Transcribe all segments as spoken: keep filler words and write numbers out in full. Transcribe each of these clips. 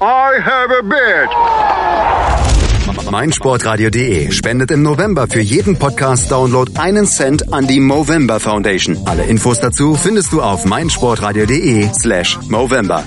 I have a bitch. meinsportradio punkt de spendet im November für jeden Podcast-Download einen Cent an die Movember Foundation. Alle Infos dazu findest du auf meinsportradio punkt de slash Movember.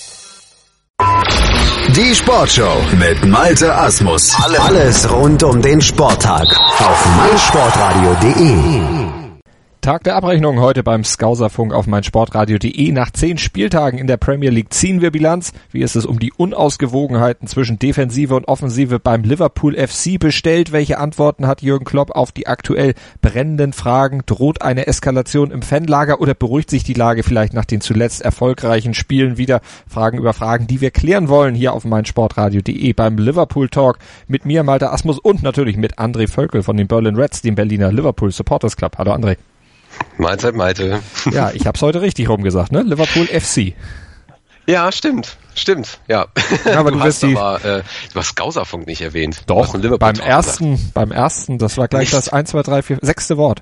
Die Sportshow mit Malte Asmus. Alles rund um den Sporttag auf meinsportradio punkt de. Tag der Abrechnung heute beim Skauserfunk auf meinsportradio punkt de. Nach zehn Spieltagen in der Premier League ziehen wir Bilanz. Wie ist es um die Unausgewogenheiten zwischen Defensive und Offensive beim Liverpool F C bestellt? Welche Antworten hat Jürgen Klopp auf die aktuell brennenden Fragen? Droht eine Eskalation im Fanlager oder beruhigt sich die Lage vielleicht nach den zuletzt erfolgreichen Spielen wieder? Fragen über Fragen, die wir klären wollen hier auf meinsportradio punkt de beim Liverpool Talk mit mir, Malte Asmus, und natürlich mit André Völkel von den Berlin Reds, dem Berliner Liverpool Supporters Club. Hallo André. Mahlzeit, Malte. Ja, ich hab's heute richtig rumgesagt, ne? Liverpool F C. Ja, stimmt. Stimmt, ja. ja aber du, du hast die, aber, äh, du hast Skauserfunk nicht erwähnt. Doch, beim ersten, gesagt. beim ersten, das war gleich nicht. Das eins, zwei, drei, vier, sechste Wort.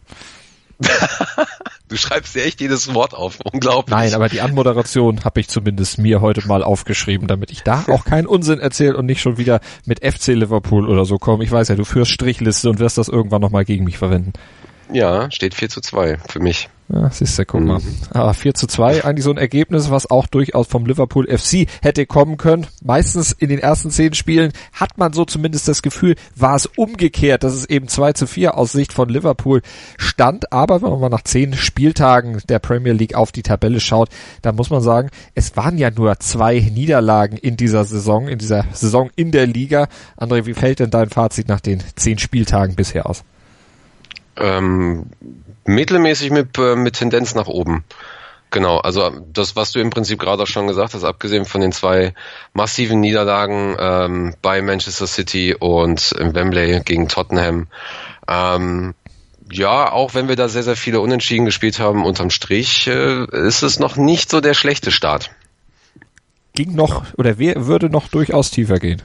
Du schreibst dir echt jedes Wort auf, unglaublich. Nein, aber die Anmoderation habe ich zumindest mir heute mal aufgeschrieben, damit ich da auch keinen Unsinn erzähle und nicht schon wieder mit F C Liverpool oder so komme. Ich weiß ja, du führst Strichliste und wirst das irgendwann nochmal gegen mich verwenden. Ja, steht vier zu zwei für mich. Ja, siehst du, guck mal. Mhm. Aber vier zu zwei, eigentlich so ein Ergebnis, was auch durchaus vom Liverpool F C hätte kommen können. Meistens in den ersten zehn Spielen hat man so zumindest das Gefühl, war es umgekehrt, dass es eben zwei zu vier aus Sicht von Liverpool stand. Aber wenn man mal nach zehn Spieltagen der Premier League auf die Tabelle schaut, dann muss man sagen, es waren ja nur zwei Niederlagen in dieser Saison, in dieser Saison in der Liga. André, wie fällt denn dein Fazit nach den zehn Spieltagen bisher aus? Ähm, mittelmäßig mit, äh, mit Tendenz nach oben. Genau, also das, was du im Prinzip gerade auch schon gesagt hast, abgesehen von den zwei massiven Niederlagen ähm, bei Manchester City und im Wembley gegen Tottenham. Ähm, ja, auch wenn wir da sehr, sehr viele Unentschieden gespielt haben, unterm Strich äh, ist es noch nicht so der schlechte Start. Ging noch, oder wer würde noch durchaus tiefer gehen?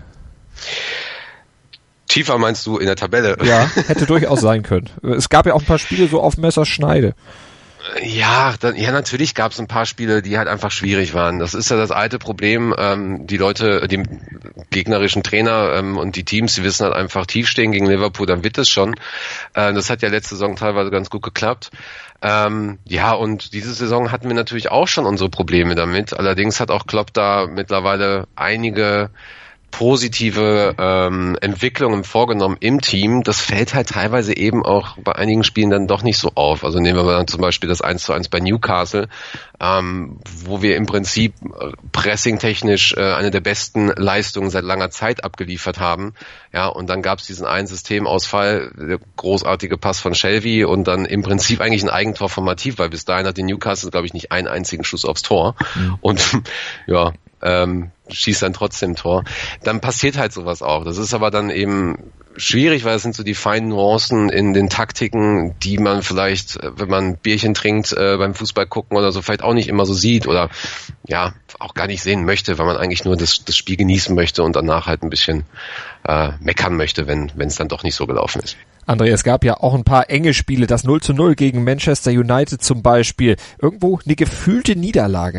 Tiefer meinst du in der Tabelle? Ja, hätte durchaus sein können. Es gab ja auch ein paar Spiele so auf Messerschneide. Ja, dann, ja, natürlich gab es ein paar Spiele, die halt einfach schwierig waren. Das ist ja das alte Problem. Ähm, die Leute, die gegnerischen Trainer ähm, und die Teams, die wissen halt einfach, tief stehen gegen Liverpool, dann wird es schon. Äh, das hat ja letzte Saison teilweise ganz gut geklappt. Ähm, ja, und diese Saison hatten wir natürlich auch schon unsere Probleme damit. Allerdings hat auch Klopp da mittlerweile einige positive ähm, Entwicklungen vorgenommen im Team. Das fällt halt teilweise eben auch bei einigen Spielen dann doch nicht so auf. Also nehmen wir mal dann zum Beispiel das eins zu eins bei Newcastle, ähm, wo wir im Prinzip pressingtechnisch äh, eine der besten Leistungen seit langer Zeit abgeliefert haben. Ja, und dann gab es diesen einen Systemausfall, der großartige Pass von Shelvey und dann im Prinzip eigentlich ein Eigentor von Matip, weil bis dahin hatte Newcastle, glaube ich, nicht einen einzigen Schuss aufs Tor. Mhm. Und ja, ähm, schießt dann trotzdem Tor. Dann passiert halt sowas auch. Das ist aber dann eben schwierig, weil es sind so die feinen Nuancen in den Taktiken, die man vielleicht, wenn man ein Bierchen trinkt, äh, beim Fußball gucken oder so, vielleicht auch nicht immer so sieht oder ja, auch gar nicht sehen möchte, weil man eigentlich nur das, das Spiel genießen möchte und danach halt ein bisschen äh, meckern möchte, wenn wenn es dann doch nicht so gelaufen ist. André, es gab ja auch ein paar enge Spiele, das null zu null gegen Manchester United zum Beispiel. Irgendwo eine gefühlte Niederlage.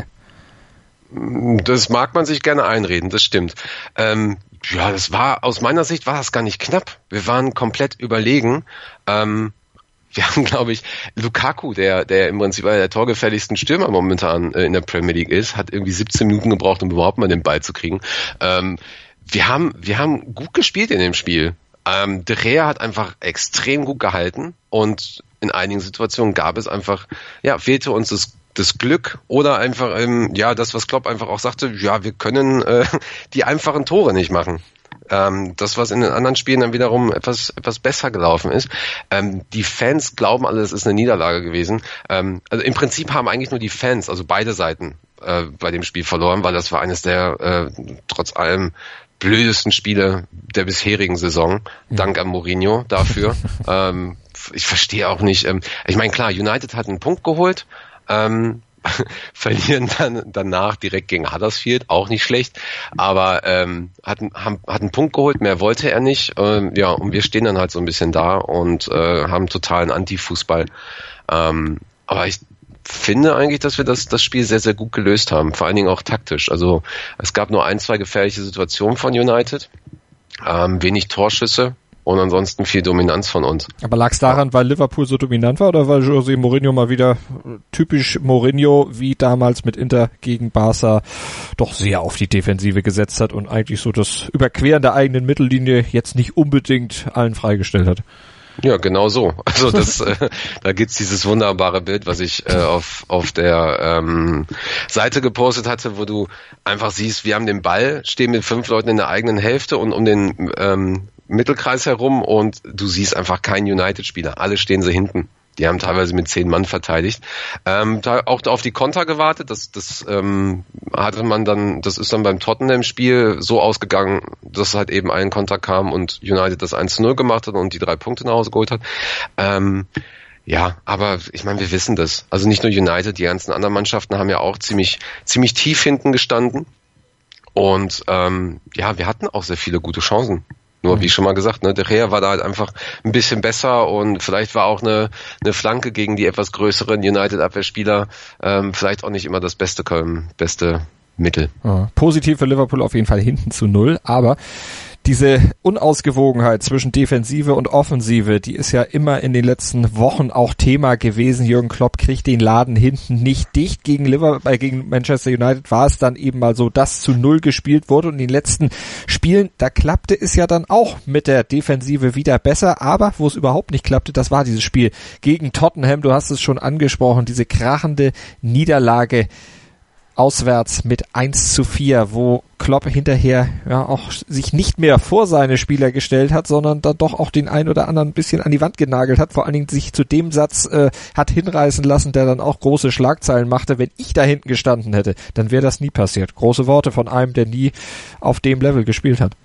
Das mag man sich gerne einreden, das stimmt. Ähm, ja, das war, aus meiner Sicht war das gar nicht knapp. Wir waren komplett überlegen. Ähm, wir haben, glaube ich, Lukaku, der der im Prinzip einer der torgefährlichsten Stürmer momentan äh, in der Premier League ist, hat irgendwie siebzehn Minuten gebraucht, um überhaupt mal den Ball zu kriegen. Ähm, wir haben wir haben gut gespielt in dem Spiel. Ähm, De Gea hat einfach extrem gut gehalten und in einigen Situationen gab es einfach, ja, fehlte uns das das Glück oder einfach, ähm, ja, das, was Klopp einfach auch sagte, ja, wir können äh, die einfachen Tore nicht machen. Ähm, das, was in den anderen Spielen dann wiederum etwas etwas besser gelaufen ist. Ähm, die Fans glauben alle, es ist eine Niederlage gewesen. Ähm, also im Prinzip haben eigentlich nur die Fans, also beide Seiten, äh, bei dem Spiel verloren, weil das war eines der, äh, trotz allem, blödesten Spiele der bisherigen Saison. Dank an Mourinho dafür. ähm, ich verstehe auch nicht. Ähm, ich meine, klar, United hat einen Punkt geholt, Ähm, verlieren dann danach direkt gegen Huddersfield, auch nicht schlecht, aber ähm, hat, haben, hat einen Punkt geholt, mehr wollte er nicht, ähm, ja, und wir stehen dann halt so ein bisschen da und äh, haben totalen Anti-Fußball, ähm, aber ich finde eigentlich, dass wir das, das Spiel sehr, sehr gut gelöst haben. Vor allen Dingen auch taktisch. Also es gab nur ein, zwei gefährliche Situationen von United. Ähm, wenig Torschüsse. Und ansonsten viel Dominanz von uns. Aber lag es daran, weil Liverpool so dominant war oder weil José Mourinho mal wieder typisch Mourinho wie damals mit Inter gegen Barca doch sehr auf die Defensive gesetzt hat und eigentlich so das Überqueren der eigenen Mittellinie jetzt nicht unbedingt allen freigestellt hat? Ja, genau so. Also das, äh, da gibt's dieses wunderbare Bild, was ich äh, auf auf der ähm, Seite gepostet hatte, wo du einfach siehst, wir haben den Ball, stehen mit fünf Leuten in der eigenen Hälfte und um den ähm, Mittelkreis herum und du siehst einfach keinen United-Spieler. Alle stehen sie hinten. Die haben teilweise mit zehn Mann verteidigt. Ähm, da auch auf die Konter gewartet. Das, das ähm, hatte man dann. Das ist dann beim Tottenham-Spiel so ausgegangen, dass halt eben ein Konter kam und United das eins zu null gemacht hat und die drei Punkte nach Hause geholt hat. Ähm, ja, aber ich meine, wir wissen das. Also nicht nur United, die ganzen anderen Mannschaften haben ja auch ziemlich ziemlich tief hinten gestanden. Und ähm, ja, wir hatten auch sehr viele gute Chancen. Nur wie schon mal gesagt, ne, De Gea war da halt einfach ein bisschen besser und vielleicht war auch eine eine Flanke gegen die etwas größeren United-Abwehrspieler ähm, vielleicht auch nicht immer das beste beste Mittel. Ja, positiv für Liverpool auf jeden Fall hinten zu null, aber diese Unausgewogenheit zwischen Defensive und Offensive, die ist ja immer in den letzten Wochen auch Thema gewesen. Jürgen Klopp kriegt den Laden hinten nicht dicht. Gegen Liverpool, äh, gegen Manchester United war es dann eben mal so, dass zu null gespielt wurde und in den letzten Spielen, da klappte es ja dann auch mit der Defensive wieder besser, aber wo es überhaupt nicht klappte, das war dieses Spiel gegen Tottenham. Du hast es schon angesprochen, diese krachende Niederlage auswärts mit eins zu vier, wo Klopp hinterher ja auch sich nicht mehr vor seine Spieler gestellt hat, sondern dann doch auch den ein oder anderen ein bisschen an die Wand genagelt hat, vor allen Dingen sich zu dem Satz äh, hat hinreißen lassen, der dann auch große Schlagzeilen machte. Wenn ich da hinten gestanden hätte, dann wäre das nie passiert. Große Worte von einem, der nie auf dem Level gespielt hat.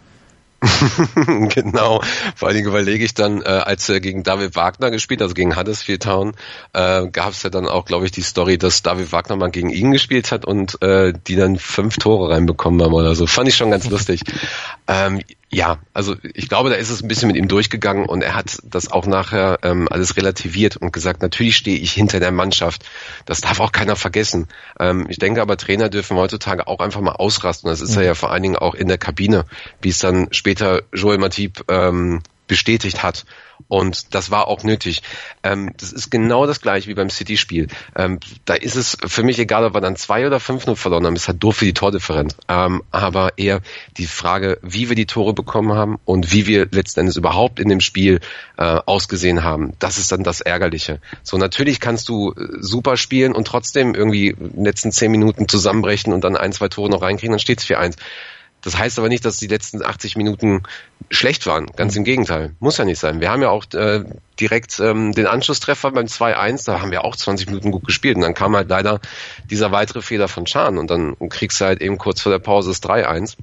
Genau, vor allen Dingen überlege ich dann, äh, als er gegen David Wagner gespielt, also gegen Huddersfield Town, äh, gab es ja dann auch, glaube ich, die Story, dass David Wagner mal gegen ihn gespielt hat und äh, die dann fünf Tore reinbekommen haben oder so. Fand ich schon ganz lustig. Ähm, ja, also ich glaube, da ist es ein bisschen mit ihm durchgegangen und er hat das auch nachher ähm, alles relativiert und gesagt, natürlich stehe ich hinter der Mannschaft. Das darf auch keiner vergessen. Ähm, ich denke aber, Trainer dürfen heutzutage auch einfach mal ausrasten. Das ist ja, ja vor allen Dingen auch in der Kabine, wie es dann später Joel Matip ähm, bestätigt hat. Und das war auch nötig. Ähm, das ist genau das gleiche wie beim City-Spiel. Ähm, da ist es für mich egal, ob wir dann zwei oder fünf null verloren haben. Es ist halt doof für die Tordifferenz. Ähm, aber eher die Frage, wie wir die Tore bekommen haben und wie wir letzten Endes überhaupt in dem Spiel äh, ausgesehen haben. Das ist dann das Ärgerliche. So, natürlich kannst du äh, super spielen und trotzdem irgendwie in den letzten zehn Minuten zusammenbrechen und dann ein, zwei Tore noch reinkriegen, dann steht es vier eins. Das heißt aber nicht, dass die letzten achtzig Minuten schlecht waren. Ganz im Gegenteil. Muss ja nicht sein. Wir haben ja auch äh, direkt ähm, den Anschlusstreffer beim zwei eins. Da haben wir auch zwanzig Minuten gut gespielt. Und dann kam halt leider dieser weitere Fehler von Can. Und dann kriegst du halt eben kurz vor der Pause das drei eins.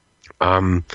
Ähm,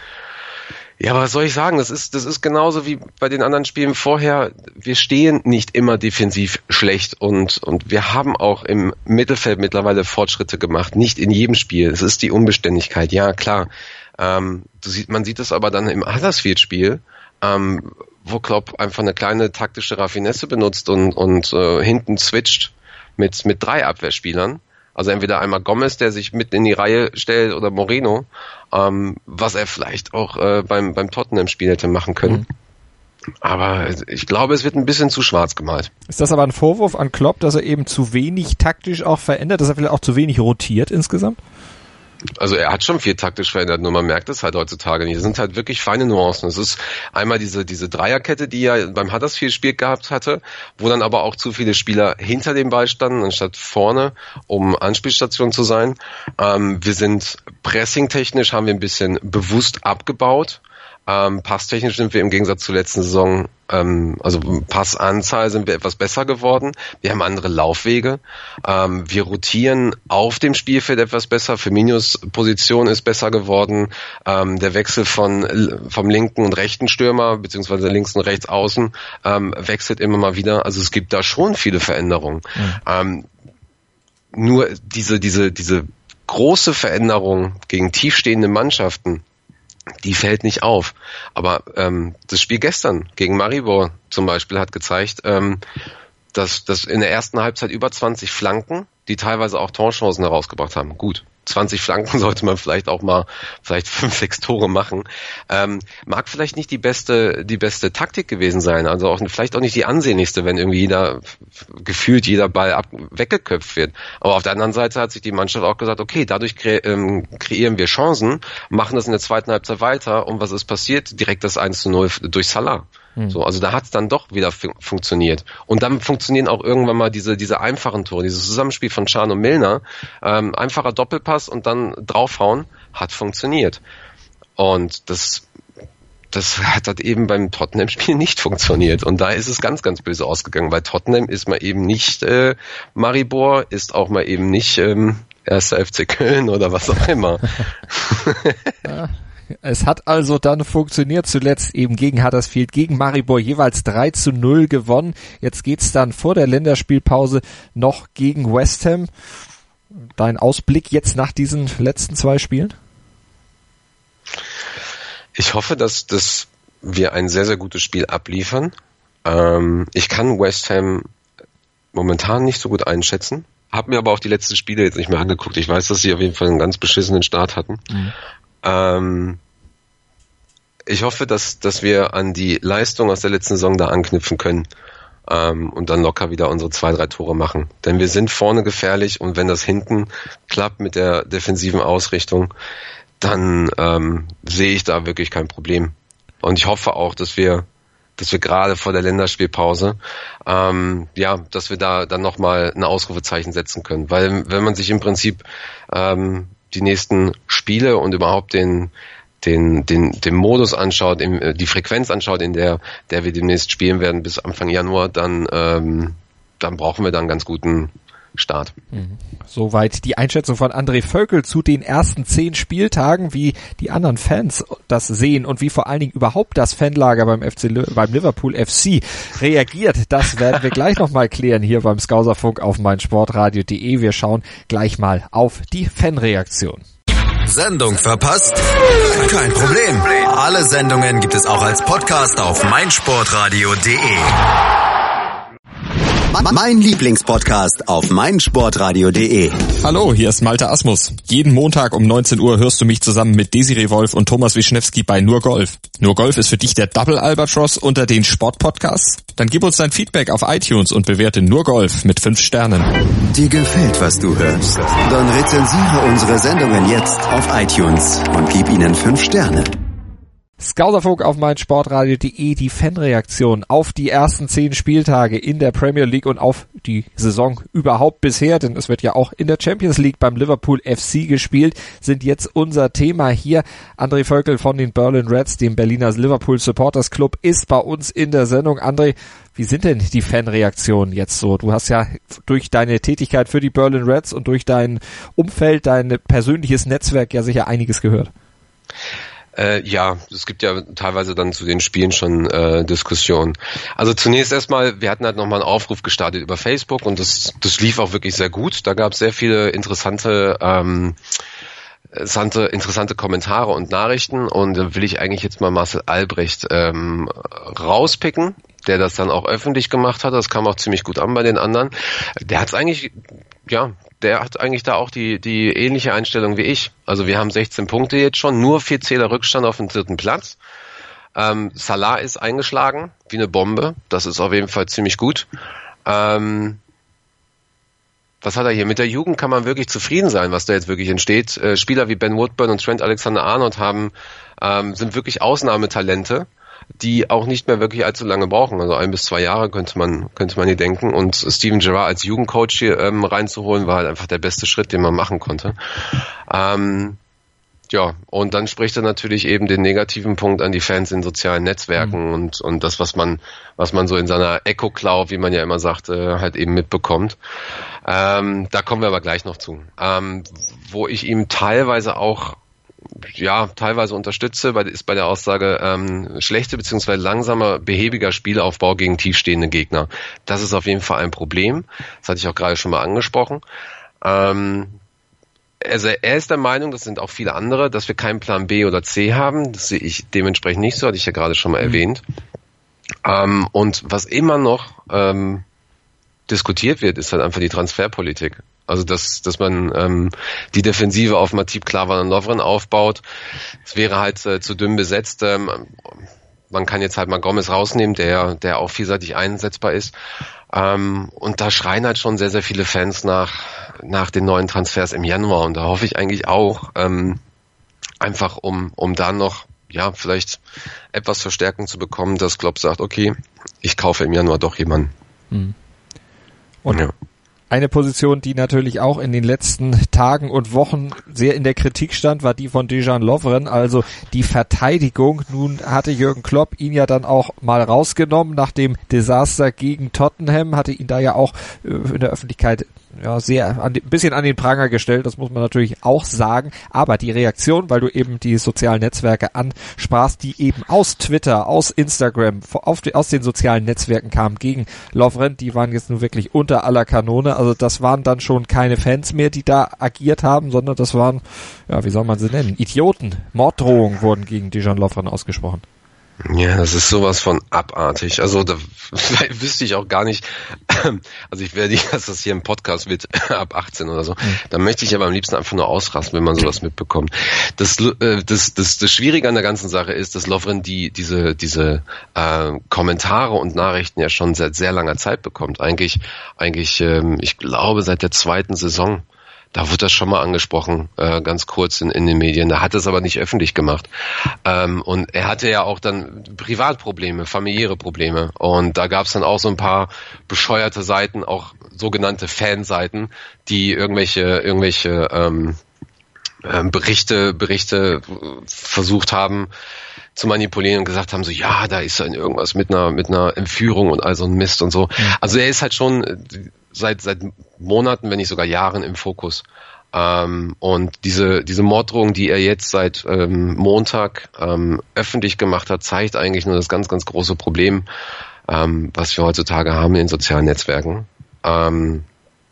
ja, aber was soll ich sagen? Das ist, das ist genauso wie bei den anderen Spielen vorher. Wir stehen nicht immer defensiv schlecht und, und wir haben auch im Mittelfeld mittlerweile Fortschritte gemacht. Nicht in jedem Spiel. Es ist die Unbeständigkeit. Ja, klar. Ähm, du sieht, man sieht es aber dann im Huddersfield-Spiel, ähm, wo Klopp einfach eine kleine taktische Raffinesse benutzt und, und äh, hinten switcht mit, mit drei Abwehrspielern. Also entweder einmal Gomez, der sich mitten in die Reihe stellt, oder Moreno, ähm, was er vielleicht auch äh, beim, beim Tottenham-Spiel hätte machen können. Mhm. Aber ich glaube, es wird ein bisschen zu schwarz gemalt. Ist das aber ein Vorwurf an Klopp, dass er eben zu wenig taktisch auch verändert, dass er vielleicht auch zu wenig rotiert insgesamt? Also er hat schon viel taktisch verändert, nur man merkt es halt heutzutage nicht. Es sind halt wirklich feine Nuancen. Es ist einmal diese diese Dreierkette, die er beim Huddersfield-Spiel gehabt hatte, wo dann aber auch zu viele Spieler hinter dem Ball standen, anstatt vorne, um Anspielstation zu sein. Ähm, wir sind pressingtechnisch, haben wir ein bisschen bewusst abgebaut. Ähm, passtechnisch sind wir im Gegensatz zur letzten Saison, ähm, also Passanzahl sind wir etwas besser geworden. Wir haben andere Laufwege. Ähm, wir rotieren auf dem Spielfeld etwas besser. Firminos Position ist besser geworden. Ähm, der Wechsel von vom linken und rechten Stürmer, beziehungsweise links und rechts außen, ähm, wechselt immer mal wieder. Also es gibt da schon viele Veränderungen. Mhm. Ähm, nur diese, diese, diese große Veränderung gegen tiefstehende Mannschaften, die fällt nicht auf. Aber ähm, das Spiel gestern gegen Maribor zum Beispiel hat gezeigt, ähm, dass, dass in der ersten Halbzeit über zwanzig Flanken, die teilweise auch Torchancen herausgebracht haben. Gut. zwanzig Flanken sollte man vielleicht auch mal, vielleicht fünf, sechs Tore machen. Ähm, mag vielleicht nicht die beste, die beste Taktik gewesen sein, also auch, vielleicht auch nicht die ansehnlichste, wenn irgendwie jeder, gefühlt jeder Ball ab, weggeköpft wird. Aber auf der anderen Seite hat sich die Mannschaft auch gesagt, okay, dadurch kre- ähm, kreieren wir Chancen, machen das in der zweiten Halbzeit weiter und was ist passiert? Direkt das eins zu null durch Salah. So, also da hat es dann doch wieder fun- funktioniert. Und dann funktionieren auch irgendwann mal diese diese einfachen Tore, dieses Zusammenspiel von Can und Milner. Ähm, einfacher Doppelpass und dann draufhauen, hat funktioniert. Und das das hat halt eben beim Tottenham-Spiel nicht funktioniert. Und da ist es ganz, ganz böse ausgegangen. Bei Tottenham ist man eben nicht äh, Maribor, ist auch mal eben nicht ähm, erster F C Köln oder was auch immer. Ja. Es hat also dann funktioniert, zuletzt eben gegen Huddersfield, gegen Maribor jeweils drei zu null gewonnen. Jetzt geht's dann vor der Länderspielpause noch gegen West Ham. Dein Ausblick jetzt nach diesen letzten zwei Spielen? Ich hoffe, dass, dass wir ein sehr, sehr gutes Spiel abliefern. Ähm, ich kann West Ham momentan nicht so gut einschätzen. Hab mir aber auch die letzten Spiele jetzt nicht mehr angeguckt. Ich weiß, dass sie auf jeden Fall einen ganz beschissenen Start hatten. Mhm. Ähm, ich hoffe, dass, dass wir an die Leistung aus der letzten Saison da anknüpfen können ähm, und dann locker wieder unsere zwei, drei Tore machen. Denn wir sind vorne gefährlich und wenn das hinten klappt mit der defensiven Ausrichtung, dann ähm, sehe ich da wirklich kein Problem. Und ich hoffe auch, dass wir dass wir gerade vor der Länderspielpause, ähm, ja, dass wir da dann nochmal ein Ausrufezeichen setzen können. Weil wenn man sich im Prinzip ähm, die nächsten Spiele und überhaupt den den den den Modus anschaut, im, die Frequenz anschaut, in der der wir demnächst spielen werden bis Anfang Januar, dann ähm, dann brauchen wir da einen ganz guten Start. Mhm. Soweit die Einschätzung von André Völkel zu den ersten zehn Spieltagen, wie die anderen Fans das sehen und wie vor allen Dingen überhaupt das Fanlager beim F C beim Liverpool F C reagiert. Das werden wir gleich nochmal klären hier beim Skauserfunk auf meinsportradio punkt de. Wir schauen gleich mal auf die Fanreaktion. Sendung verpasst? Kein Problem. Alle Sendungen gibt es auch als Podcast auf meinsportradio punkt de. Mein Lieblingspodcast auf meinsportradio punkt de. Hallo, hier ist Malte Asmus. Jeden Montag um neunzehn Uhr hörst du mich zusammen mit Desiree Wolf und Thomas Wischnewski bei Nur Golf. Nur Golf ist für dich der Double Albatross unter den Sportpodcasts? Dann gib uns dein Feedback auf iTunes und bewerte Nur Golf mit fünf Sternen. Dir gefällt, was du hörst? Dann rezensiere unsere Sendungen jetzt auf iTunes und gib ihnen fünf Sterne. Skauserfunk auf meinsportradio punkt de, die Fanreaktion auf die ersten zehn Spieltage in der Premier League und auf die Saison überhaupt bisher, denn es wird ja auch in der Champions League beim Liverpool F C gespielt, sind jetzt unser Thema hier. André Völkel von den Berlin Reds, dem Berliner Liverpool Supporters Club, ist bei uns in der Sendung. André, wie sind denn die Fanreaktionen jetzt so? Du hast ja durch deine Tätigkeit für die Berlin Reds und durch dein Umfeld, dein persönliches Netzwerk ja sicher einiges gehört. Äh, ja, es gibt ja teilweise dann zu den Spielen schon äh, Diskussionen. Also zunächst erstmal, wir hatten halt nochmal einen Aufruf gestartet über Facebook und das, das lief auch wirklich sehr gut. Da gab es sehr viele interessante, ähm, interessante, interessante Kommentare und Nachrichten und da will ich eigentlich jetzt mal Marcel Albrecht ähm, rauspicken, der das dann auch öffentlich gemacht hat. Das kam auch ziemlich gut an bei den anderen. Der hat es eigentlich, ja, der hat eigentlich da auch die die ähnliche Einstellung wie ich. Also wir haben sechzehn Punkte jetzt schon, nur vier Zähler Rückstand auf den dritten Platz. Ähm, Salah ist eingeschlagen wie eine Bombe. Das ist auf jeden Fall ziemlich gut. Ähm, was hat er hier? Mit der Jugend kann man wirklich zufrieden sein, was da jetzt wirklich entsteht. Äh, Spieler wie Ben Woodburn und Trent Alexander-Arnold haben ähm, sind wirklich Ausnahmetalente, die auch nicht mehr wirklich allzu lange brauchen. Also ein bis zwei Jahre könnte man könnte man hier denken. Und Steven Gerrard als Jugendcoach hier ähm, reinzuholen, war halt einfach der beste Schritt, den man machen konnte. Ähm, ja, und dann spricht er natürlich eben den negativen Punkt an die Fans in sozialen Netzwerken mhm. und und das, was man was man so in seiner Echo-Cloud, wie man ja immer sagt, äh, halt eben mitbekommt. Ähm, da kommen wir aber gleich noch zu. Ähm, wo ich ihm teilweise auch ja, teilweise unterstütze, ist bei der Aussage ähm, schlechte bzw. langsamer, behäbiger Spielaufbau gegen tiefstehende Gegner. Das ist auf jeden Fall ein Problem. Das hatte ich auch gerade schon mal angesprochen. Ähm, also er ist der Meinung, das sind auch viele andere, dass wir keinen Plan B oder C haben. Das sehe ich dementsprechend nicht so, hatte ich ja gerade schon mal mhm. erwähnt. Ähm, und was immer noch ähm, diskutiert wird, ist halt einfach die Transferpolitik. Also dass dass man ähm, die Defensive auf Matip, Klavan und Lovren aufbaut. Es wäre halt äh, zu dünn besetzt. Ähm, man kann jetzt halt mal Gomez rausnehmen, der der auch vielseitig einsetzbar ist. Ähm, und da schreien halt schon sehr, sehr viele Fans nach nach den neuen Transfers im Januar. Und da hoffe ich eigentlich auch, ähm, einfach um um da noch ja vielleicht etwas Verstärkung zu bekommen, dass Klopp sagt, okay, ich kaufe im Januar doch jemanden. Hm. Und ja. Eine Position, die natürlich auch in den letzten Tagen und Wochen sehr in der Kritik stand, war die von Dejan Lovren, also die Verteidigung. Nun hatte Jürgen Klopp ihn ja dann auch mal rausgenommen nach dem Desaster gegen Tottenham, hatte ihn da ja auch in der Öffentlichkeit ja sehr an, ein bisschen an den Pranger gestellt, das muss man natürlich auch sagen, aber die Reaktion, weil du eben die sozialen Netzwerke ansprachst, die eben aus Twitter, aus Instagram, auf die, aus den sozialen Netzwerken kamen gegen Lovren, die waren jetzt nur wirklich unter aller Kanone, also das waren dann schon keine Fans mehr, die da agiert haben, sondern das waren, ja, wie soll man sie nennen, Idioten. Morddrohungen wurden gegen Dejan Lovren ausgesprochen. Ja, das ist sowas von abartig. Also da wüsste ich auch gar nicht, also ich werde nicht, dass das hier im Podcast wird ab achtzehn oder so. Mhm. Da möchte ich aber am liebsten einfach nur ausrasten, wenn man sowas mitbekommt. Das, äh, das, das, das Schwierige an der ganzen Sache ist, dass Lovren die diese diese äh, Kommentare und Nachrichten ja schon seit sehr langer Zeit bekommt. Eigentlich, eigentlich, ähm, ich glaube seit der zweiten Saison. Da wurde das schon mal angesprochen, äh, ganz kurz in, in den Medien. Da hat es aber nicht öffentlich gemacht. Ähm, und er hatte ja auch dann Privatprobleme, familiäre Probleme. Und da gab es dann auch so ein paar bescheuerte Seiten, auch sogenannte Fanseiten, die irgendwelche irgendwelche ähm, äh, Berichte Berichte versucht haben zu manipulieren und gesagt haben so, ja, da ist dann irgendwas mit einer mit einer Entführung und all so ein Mist und so. Also er ist halt schon seit seit Monaten, wenn nicht sogar Jahren im Fokus. Ähm, und diese diese Morddrohung, die er jetzt seit ähm, Montag ähm, öffentlich gemacht hat, zeigt eigentlich nur das ganz, ganz große Problem, ähm, was wir heutzutage haben in den sozialen Netzwerken. Ähm,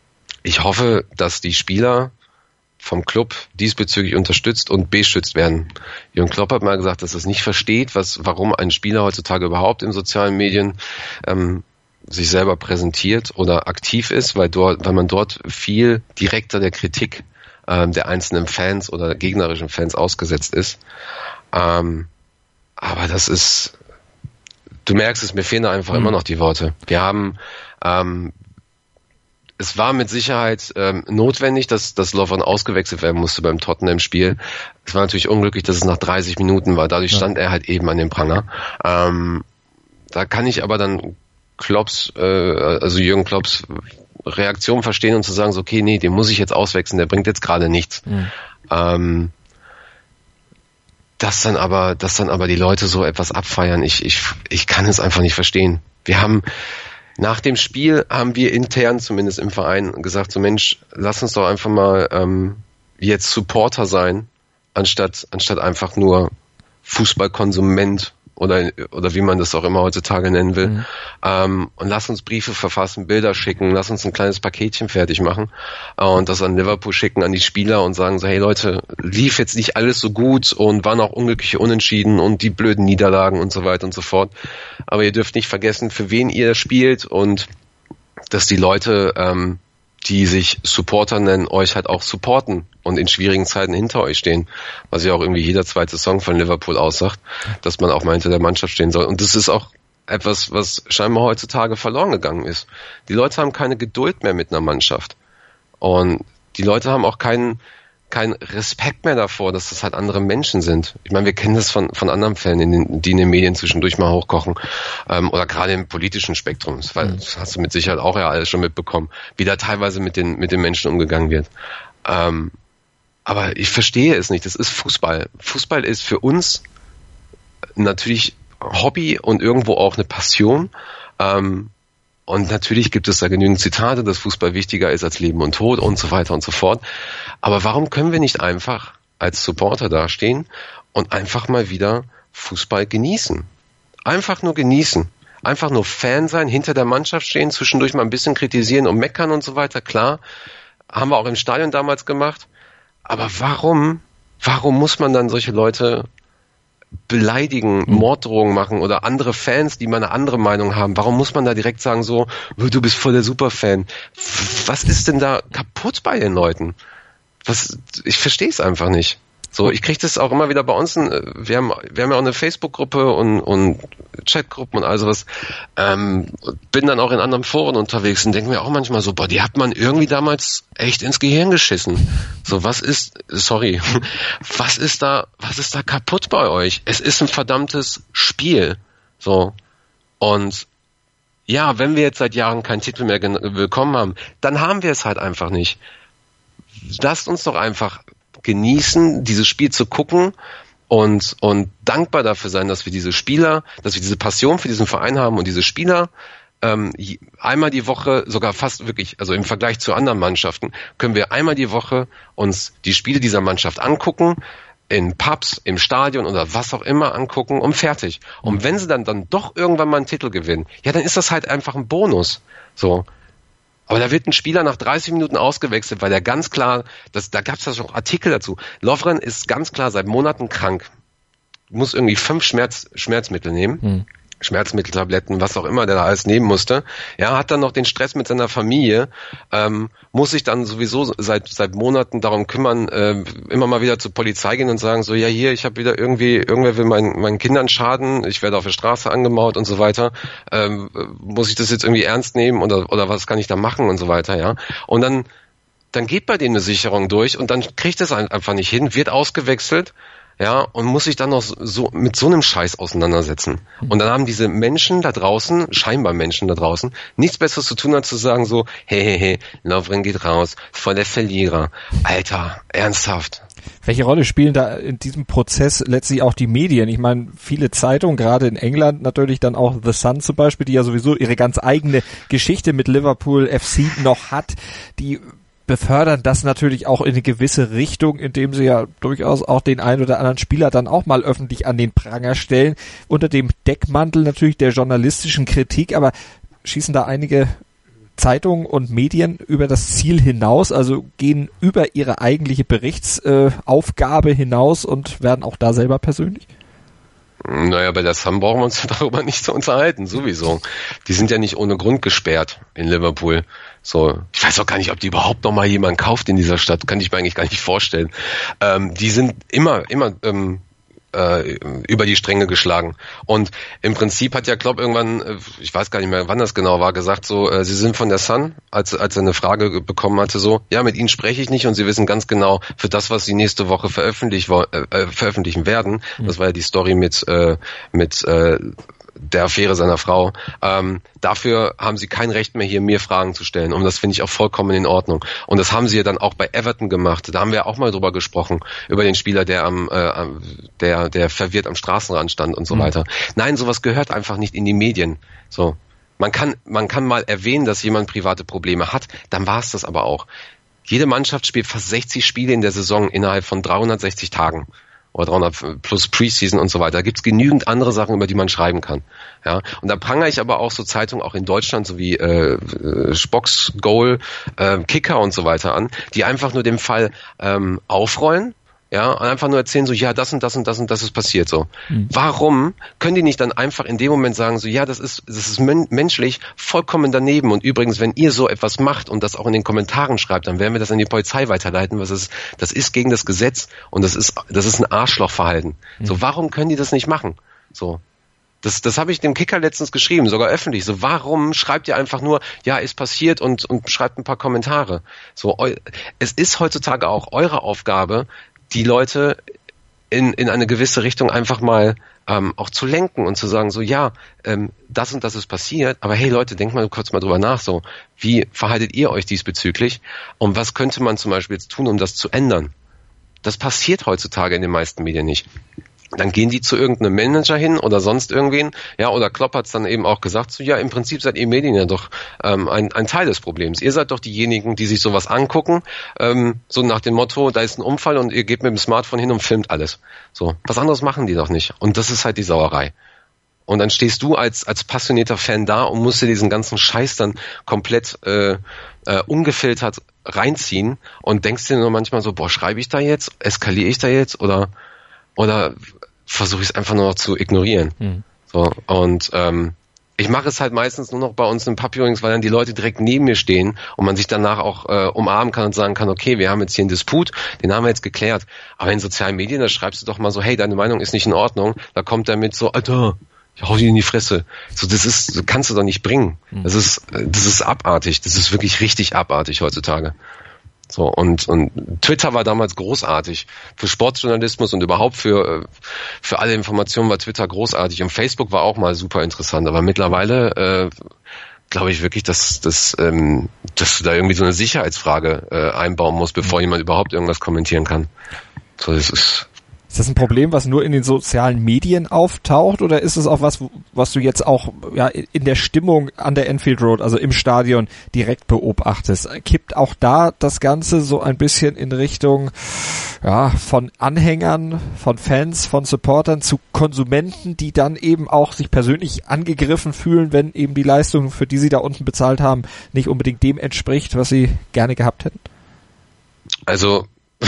ich hoffe, dass die Spieler vom Club diesbezüglich unterstützt und beschützt werden. Jürgen Klopp hat mal gesagt, dass er es nicht versteht, was, warum ein Spieler heutzutage überhaupt in sozialen Medien ähm, sich selber präsentiert oder aktiv ist, weil dort, weil man dort viel direkter der Kritik ähm, der einzelnen Fans oder gegnerischen Fans ausgesetzt ist. Ähm, aber das ist, du merkst es, mir fehlen da einfach mhm. immer noch die Worte. Wir haben, ähm, es war mit Sicherheit ähm, notwendig, dass, dass Lovren ausgewechselt werden musste beim Tottenham-Spiel. Es war natürlich unglücklich, dass es nach dreißig Minuten war. Dadurch ja. stand er halt eben an dem Pranger. Ähm, da kann ich aber dann Klopps, äh, also Jürgen Klopps Reaktion verstehen und zu sagen, so, okay, nee, den muss ich jetzt auswechseln, der bringt jetzt gerade nichts. Mhm. Ähm, dass dann aber, dass dann aber die Leute so etwas abfeiern, ich, ich, ich kann es einfach nicht verstehen. Wir haben Nach dem Spiel haben wir intern, zumindest im Verein, gesagt, so Mensch, lass uns doch einfach mal ähm, jetzt Supporter sein, anstatt anstatt einfach nur Fußballkonsument oder oder wie man das auch immer heutzutage nennen will. Mhm. Ähm, und lass uns Briefe verfassen, Bilder schicken, lass uns ein kleines Paketchen fertig machen äh, und das an Liverpool schicken, an die Spieler und sagen so, hey Leute, lief jetzt nicht alles so gut und waren auch unglückliche Unentschieden und die blöden Niederlagen und so weiter und so fort. Aber ihr dürft nicht vergessen, für wen ihr spielt und dass die Leute, ähm, die sich Supporter nennen, euch halt auch supporten und in schwierigen Zeiten hinter euch stehen, was ja auch irgendwie jeder zweite Song von Liverpool aussagt, dass man auch mal hinter der Mannschaft stehen soll. Und das ist auch etwas, was scheinbar heutzutage verloren gegangen ist. Die Leute haben keine Geduld mehr mit einer Mannschaft. Und die Leute haben auch keinen keinen Respekt mehr davor, dass das halt andere Menschen sind. Ich meine, wir kennen das von von anderen Fällen, in den, die in den Medien zwischendurch mal hochkochen ähm, oder gerade im politischen Spektrum. Das, weil, das hast du mit Sicherheit auch ja alles schon mitbekommen, wie da teilweise mit den mit den Menschen umgegangen wird. Ähm, aber ich verstehe es nicht. Das ist Fußball. Fußball ist für uns natürlich Hobby und irgendwo auch eine Passion. Ähm, Und natürlich gibt es da genügend Zitate, dass Fußball wichtiger ist als Leben und Tod und so weiter und so fort. Aber warum können wir nicht einfach als Supporter dastehen und einfach mal wieder Fußball genießen? Einfach nur genießen. Einfach nur Fan sein, hinter der Mannschaft stehen, zwischendurch mal ein bisschen kritisieren und meckern und so weiter. Klar, haben wir auch im Stadion damals gemacht. Aber warum, warum muss man dann solche Leute beleidigen, mhm. Morddrohungen machen oder andere Fans, die mal eine andere Meinung haben. Warum muss man da direkt sagen so, du bist voll der Superfan? Was ist denn da kaputt bei den Leuten? Was, ich verstehe es einfach nicht. So, ich kriege das auch immer wieder bei uns. Wir haben, wir haben ja auch eine Facebook-Gruppe und, und Chatgruppen und all sowas. Ähm, bin dann auch in anderen Foren unterwegs und denke mir auch manchmal so, boah, die hat man irgendwie damals echt ins Gehirn geschissen. So, was ist, sorry, was ist da, was ist da kaputt bei euch? Es ist ein verdammtes Spiel. So. Und ja, wenn wir jetzt seit Jahren keinen Titel mehr gen- bekommen haben, dann haben wir es halt einfach nicht. Lasst uns doch einfach genießen, dieses Spiel zu gucken und und dankbar dafür sein, dass wir diese Spieler, dass wir diese Passion für diesen Verein haben und diese Spieler ähm, einmal die Woche, sogar fast wirklich, also im Vergleich zu anderen Mannschaften, können wir einmal die Woche uns die Spiele dieser Mannschaft angucken, in Pubs, im Stadion oder was auch immer angucken und fertig. Und wenn sie dann dann doch irgendwann mal einen Titel gewinnen, ja, dann ist das halt einfach ein Bonus. So. Aber da wird ein Spieler nach dreißig Minuten ausgewechselt, weil der ganz klar, das, da gab es ja schon Artikel dazu. Lovren ist ganz klar seit Monaten krank, muss irgendwie fünf Schmerz, Schmerzmittel nehmen, hm. Schmerzmitteltabletten, was auch immer der da alles nehmen musste. Ja, hat dann noch den Stress mit seiner Familie, ähm, muss sich dann sowieso seit seit Monaten darum kümmern, äh, immer mal wieder zur Polizei gehen und sagen so, ja hier, ich habe wieder irgendwie, irgendwer will meinen meinen Kindern schaden, ich werde auf der Straße angemaut und so weiter. Ähm, muss ich das jetzt irgendwie ernst nehmen oder oder was kann ich da machen und so weiter, ja. Und dann dann geht bei denen eine Sicherung durch und dann kriegt es einfach nicht hin, wird ausgewechselt. Ja, und muss sich dann noch so mit so einem Scheiß auseinandersetzen. Und dann haben diese Menschen da draußen, scheinbar Menschen da draußen, nichts Besseres zu tun, als zu sagen so, hey, hey, hey, Lovren geht raus, voll der Verlierer. Alter, ernsthaft. Welche Rolle spielen da in diesem Prozess letztlich auch die Medien? Ich meine, viele Zeitungen, gerade in England natürlich dann auch The Sun zum Beispiel, die ja sowieso ihre ganz eigene Geschichte mit Liverpool F C noch hat, die befördern das natürlich auch in eine gewisse Richtung, indem sie ja durchaus auch den einen oder anderen Spieler dann auch mal öffentlich an den Pranger stellen, unter dem Deckmantel natürlich der journalistischen Kritik, aber schießen da einige Zeitungen und Medien über das Ziel hinaus, also gehen über ihre eigentliche Berichtsaufgabe hinaus und werden auch da selber persönlich? Naja, bei der Sun brauchen wir uns darüber nicht zu unterhalten, sowieso. Die sind ja nicht ohne Grund gesperrt in Liverpool. So, ich weiß auch gar nicht, ob die überhaupt noch mal jemand kauft in dieser Stadt, kann ich mir eigentlich gar nicht vorstellen. Ähm, die sind immer, immer ähm, äh, über die Stränge geschlagen. Und im Prinzip hat ja Klopp irgendwann, äh, ich weiß gar nicht mehr, wann das genau war, gesagt so, äh, sie sind von der Sun, als als er eine Frage bekommen hatte, so, ja, mit ihnen spreche ich nicht und sie wissen ganz genau, für das, was sie nächste Woche veröffentlichen, äh, veröffentlichen werden, mhm. Das war ja die Story mit äh, mit äh, der Affäre seiner Frau, ähm, dafür haben sie kein Recht mehr, hier mir Fragen zu stellen. Und das finde ich auch vollkommen in Ordnung. Und das haben sie ja dann auch bei Everton gemacht. Da haben wir auch mal drüber gesprochen, über den Spieler, der am, äh, der, der verwirrt am Straßenrand stand und so mhm. weiter. Nein, sowas gehört einfach nicht in die Medien. So. Man kann, man kann mal erwähnen, dass jemand private Probleme hat, dann war es das aber auch. Jede Mannschaft spielt fast sechzig Spiele in der Saison innerhalb von dreihundertsechzig Tagen. Oder dreihundert plus Preseason und so weiter. Da gibt's genügend andere Sachen, über die man schreiben kann. Ja, und da prangere ich aber auch so Zeitungen auch in Deutschland, so wie äh, Spocks, Goal, äh, Kicker und so weiter an, die einfach nur den Fall ähm, aufrollen, ja, und einfach nur erzählen so, ja, das und das und das und das ist passiert so. Mhm. Warum können die nicht dann einfach in dem Moment sagen so, ja, das ist das ist men- menschlich vollkommen daneben und übrigens, wenn ihr so etwas macht und das auch in den Kommentaren schreibt, dann werden wir das an die Polizei weiterleiten, was ist, das ist gegen das Gesetz und das ist das ist ein Arschlochverhalten. Mhm. So, warum können die das nicht machen? So. Das, das habe ich dem Kicker letztens geschrieben, sogar öffentlich. So, warum schreibt ihr einfach nur, ja, ist passiert und, und schreibt ein paar Kommentare? So, eu, es ist heutzutage auch eure Aufgabe, die Leute in, in eine gewisse Richtung einfach mal ähm, auch zu lenken und zu sagen, so, ja, ähm, das und das ist passiert, aber hey Leute, denkt mal kurz mal drüber nach, so, wie verhaltet ihr euch diesbezüglich und was könnte man zum Beispiel jetzt tun, um das zu ändern? Das passiert heutzutage in den meisten Medien nicht. Dann gehen die zu irgendeinem Manager hin oder sonst irgendwen, ja, oder Klopp hat's dann eben auch gesagt, so, ja, im Prinzip seid ihr Medien ja doch ähm, ein, ein Teil des Problems. Ihr seid doch diejenigen, die sich sowas angucken, ähm, so nach dem Motto, da ist ein Unfall und ihr geht mit dem Smartphone hin und filmt alles. So, was anderes machen die doch nicht. Und das ist halt die Sauerei. Und dann stehst du als als passionierter Fan da und musst dir diesen ganzen Scheiß dann komplett äh, äh, ungefiltert reinziehen und denkst dir nur manchmal so, boah, schreibe ich da jetzt? Eskaliere ich da jetzt? Oder oder versuche ich es einfach nur noch zu ignorieren. Mhm. So, und ähm, ich mache es halt meistens nur noch bei uns in Pub-Viewings, weil dann die Leute direkt neben mir stehen und man sich danach auch äh, umarmen kann und sagen kann, okay, wir haben jetzt hier einen Disput, den haben wir jetzt geklärt. Aber in sozialen Medien, da schreibst du doch mal so, hey, deine Meinung ist nicht in Ordnung. Da kommt der mit so, Alter, ich hau dir in die Fresse. So, das ist, das kannst du doch nicht bringen. Das ist, das ist abartig. Das ist wirklich richtig abartig heutzutage. So, und, und Twitter war damals großartig. Für Sportjournalismus und überhaupt für, für alle Informationen war Twitter großartig. Und Facebook war auch mal super interessant. Aber mittlerweile, äh, glaube ich wirklich, dass, dass, ähm, dass du da irgendwie so eine Sicherheitsfrage äh, einbauen musst, bevor jemand überhaupt irgendwas kommentieren kann. So, das ist, Ist das ein Problem, was nur in den sozialen Medien auftaucht, oder ist es auch was, was du jetzt auch ja in der Stimmung an der Anfield Road, also im Stadion, direkt beobachtest? Kippt auch da das Ganze so ein bisschen in Richtung ja von Anhängern, von Fans, von Supportern zu Konsumenten, die dann eben auch sich persönlich angegriffen fühlen, wenn eben die Leistung, für die sie da unten bezahlt haben, nicht unbedingt dem entspricht, was sie gerne gehabt hätten? Also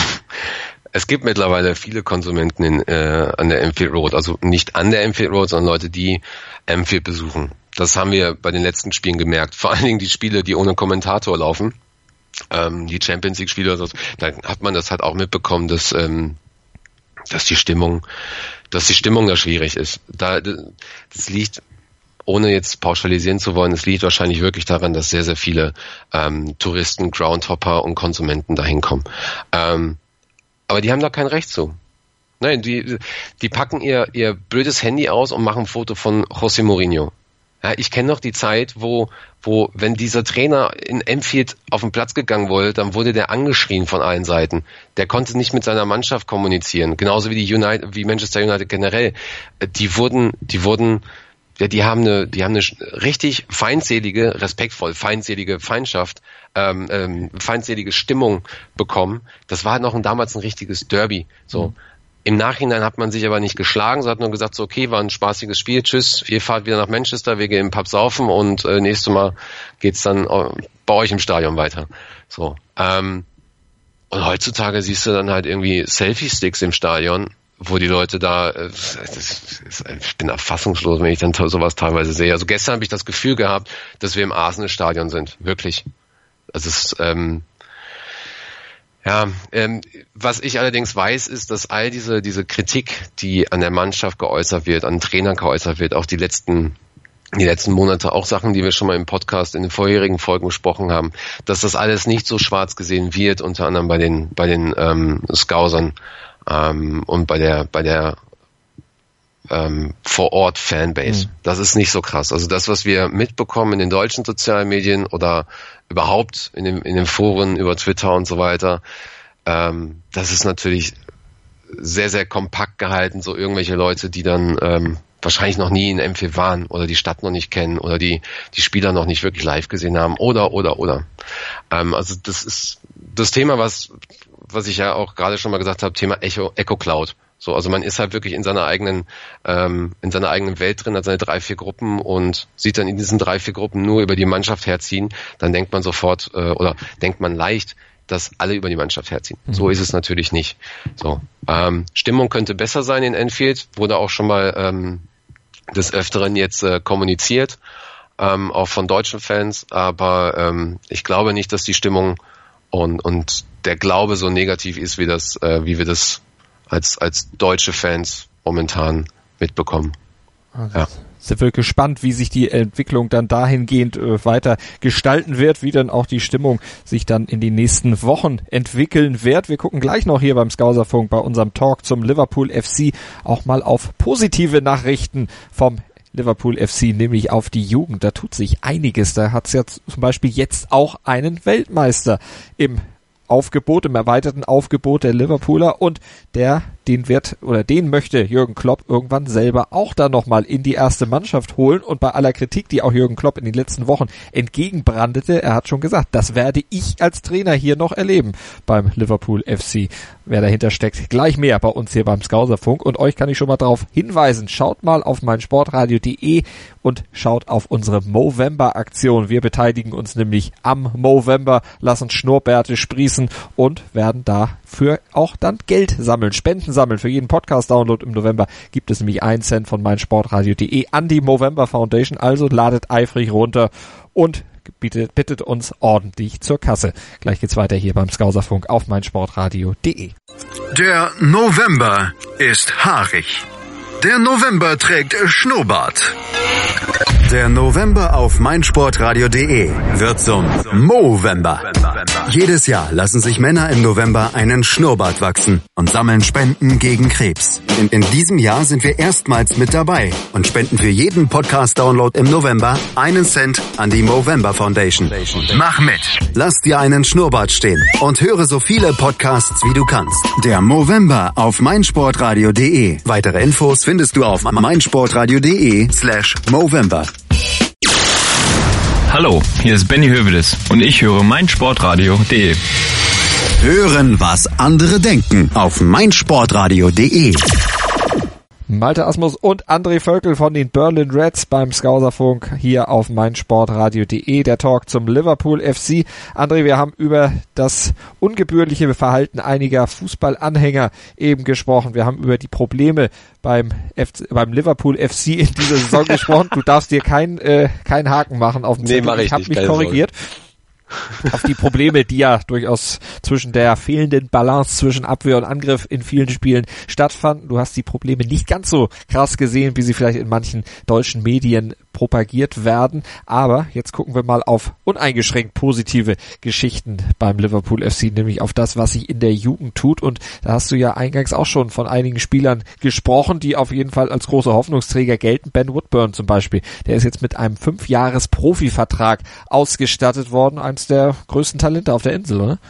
es gibt mittlerweile viele Konsumenten in, äh, an der Anfield Road, also nicht an der Anfield Road, sondern Leute, die Anfield besuchen. Das haben wir bei den letzten Spielen gemerkt. Vor allen Dingen die Spiele, die ohne Kommentator laufen, ähm, die Champions League Spiele, also, da hat man das halt auch mitbekommen, dass, ähm, dass die Stimmung, dass die Stimmung da schwierig ist. Da, das liegt, ohne jetzt pauschalisieren zu wollen, es liegt wahrscheinlich wirklich daran, dass sehr, sehr viele ähm, Touristen, Groundhopper und Konsumenten da hinkommen. Ähm, Aber die haben da kein Recht zu. Nein, die, die packen ihr, ihr blödes Handy aus und machen ein Foto von José Mourinho. Ja, ich kenne noch die Zeit, wo, wo, wenn dieser Trainer in Anfield auf den Platz gegangen wurde, dann wurde der angeschrien von allen Seiten. Der konnte nicht mit seiner Mannschaft kommunizieren. Genauso wie die United, wie Manchester United generell. Die wurden, die wurden, ja, die haben eine, die haben eine richtig feindselige, respektvoll, feindselige Feindschaft, ähm, ähm, feindselige Stimmung bekommen. Das war halt noch ein, damals ein richtiges Derby. So. Mhm. Im Nachhinein hat man sich aber nicht geschlagen, so hat nur gesagt, so, okay, war ein spaßiges Spiel, tschüss, ihr fahrt wieder nach Manchester, wir gehen im Pub saufen und äh, nächstes Mal geht's dann äh, bei euch im Stadion weiter. So. Ähm, und heutzutage siehst du dann halt irgendwie Selfie-Sticks im Stadion, wo die Leute da, das ist, ich bin da fassungslos, wenn ich dann sowas teilweise sehe. Also gestern habe ich das Gefühl gehabt, dass wir im Arsenal-Stadion sind, wirklich. Also es ist, ähm, ja, ähm, was ich allerdings weiß, ist, dass all diese diese Kritik, die an der Mannschaft geäußert wird, an Trainern geäußert wird, auch die letzten die letzten Monate, auch Sachen, die wir schon mal im Podcast in den vorherigen Folgen besprochen haben, dass das alles nicht so schwarz gesehen wird, unter anderem bei den bei den ähm, Scousern ähm, und bei der bei der ähm, Vor-Ort-Fanbase. Mhm. Das ist nicht so krass. Also das, was wir mitbekommen in den deutschen sozialen Medien oder überhaupt in, dem, in den Foren über Twitter und so weiter, ähm, das ist natürlich sehr, sehr kompakt gehalten. So irgendwelche Leute, die dann ähm, wahrscheinlich noch nie in Anfield waren oder die Stadt noch nicht kennen oder die die Spieler noch nicht wirklich live gesehen haben oder, oder, oder. Ähm, also das ist das Thema, was was ich ja auch gerade schon mal gesagt habe, Thema Echo, Echo Cloud. So, also man ist halt wirklich in seiner eigenen, ähm, in seiner eigenen Welt drin, hat seine drei, vier Gruppen und sieht dann in diesen drei, vier Gruppen nur über die Mannschaft herziehen. Dann denkt man sofort, äh, oder denkt man leicht, dass alle über die Mannschaft herziehen. Mhm. So ist es natürlich nicht. So, ähm, Stimmung könnte besser sein in Anfield, wurde auch schon mal ähm, des Öfteren jetzt äh, kommuniziert, ähm, auch von deutschen Fans, aber ähm, ich glaube nicht, dass die Stimmung und und der Glaube so negativ ist, wie das, äh, wie wir das als als deutsche Fans momentan mitbekommen. Also ja. Sind wir gespannt, wie sich die Entwicklung dann dahingehend äh, weiter gestalten wird, wie dann auch die Stimmung sich dann in den nächsten Wochen entwickeln wird. Wir gucken gleich noch hier beim Skauserfunk bei unserem Talk zum Liverpool F C auch mal auf positive Nachrichten vom Liverpool F C, nämlich auf die Jugend. Da tut sich einiges. Da hat es ja zum Beispiel jetzt auch einen Weltmeister im Aufgebot, im erweiterten Aufgebot der Liverpooler, und der, den wird, oder den möchte Jürgen Klopp irgendwann selber auch dann nochmal in die erste Mannschaft holen. Und bei aller Kritik, die auch Jürgen Klopp in den letzten Wochen entgegenbrandete, er hat schon gesagt, das werde ich als Trainer hier noch erleben beim Liverpool F C. Wer dahinter steckt, gleich mehr bei uns hier beim Skauserfunk. Und euch kann ich schon mal darauf hinweisen, schaut mal auf meinsportradio punkt de und schaut auf unsere Movember-Aktion. Wir beteiligen uns nämlich am Movember, lassen Schnurrbärte sprießen und werden dafür auch dann Geld sammeln. Spenden Spenden sammeln. Für jeden Podcast-Download im November gibt es nämlich einen Cent von meinsportradio punkt de an die Movember Foundation. Also ladet eifrig runter und bittet, bittet uns ordentlich zur Kasse. Gleich geht's weiter hier beim Skauserfunk auf meinsportradio punkt de. Der November ist haarig. Der November trägt Schnurrbart. Der November auf meinsportradio punkt de wird zum Movember. Jedes Jahr lassen sich Männer im November einen Schnurrbart wachsen und sammeln Spenden gegen Krebs. In, in diesem Jahr sind wir erstmals mit dabei und spenden für jeden Podcast-Download im November einen Cent an die Movember Foundation. Mach mit! Lass dir einen Schnurrbart stehen und höre so viele Podcasts wie du kannst. Der Movember auf meinsportradio punkt de. Weitere Infos findest du auf meinsportradio punkt de slash Movember. Hallo, hier ist Benny Hövedes und ich höre meinsportradio punkt de. Hören, was andere denken auf meinsportradio punkt de. Malte Asmus und André Völkel von den Berlin Reds beim Skauserfunk hier auf meinsportradio punkt de. Der Talk zum Liverpool F C. André, wir haben über das ungebührliche Verhalten einiger Fußballanhänger eben gesprochen. Wir haben über die Probleme beim F C, beim Liverpool F C in dieser Saison gesprochen. Du darfst dir keinen äh, keinen Haken machen auf dem nee, Zettel. Ich, ich habe mich korrigiert. Auf die Probleme, die ja durchaus zwischen der fehlenden Balance zwischen Abwehr und Angriff in vielen Spielen stattfanden. Du hast die Probleme nicht ganz so krass gesehen, wie sie vielleicht in manchen deutschen Medien propagiert werden. Aber jetzt gucken wir mal auf uneingeschränkt positive Geschichten beim Liverpool F C, nämlich auf das, was sich in der Jugend tut. Und da hast du ja eingangs auch schon von einigen Spielern gesprochen, die auf jeden Fall als große Hoffnungsträger gelten. Ben Woodburn zum Beispiel, der ist jetzt mit einem Fünfjahres-Profivertrag ausgestattet worden. Eins der größten Talente auf der Insel, oder?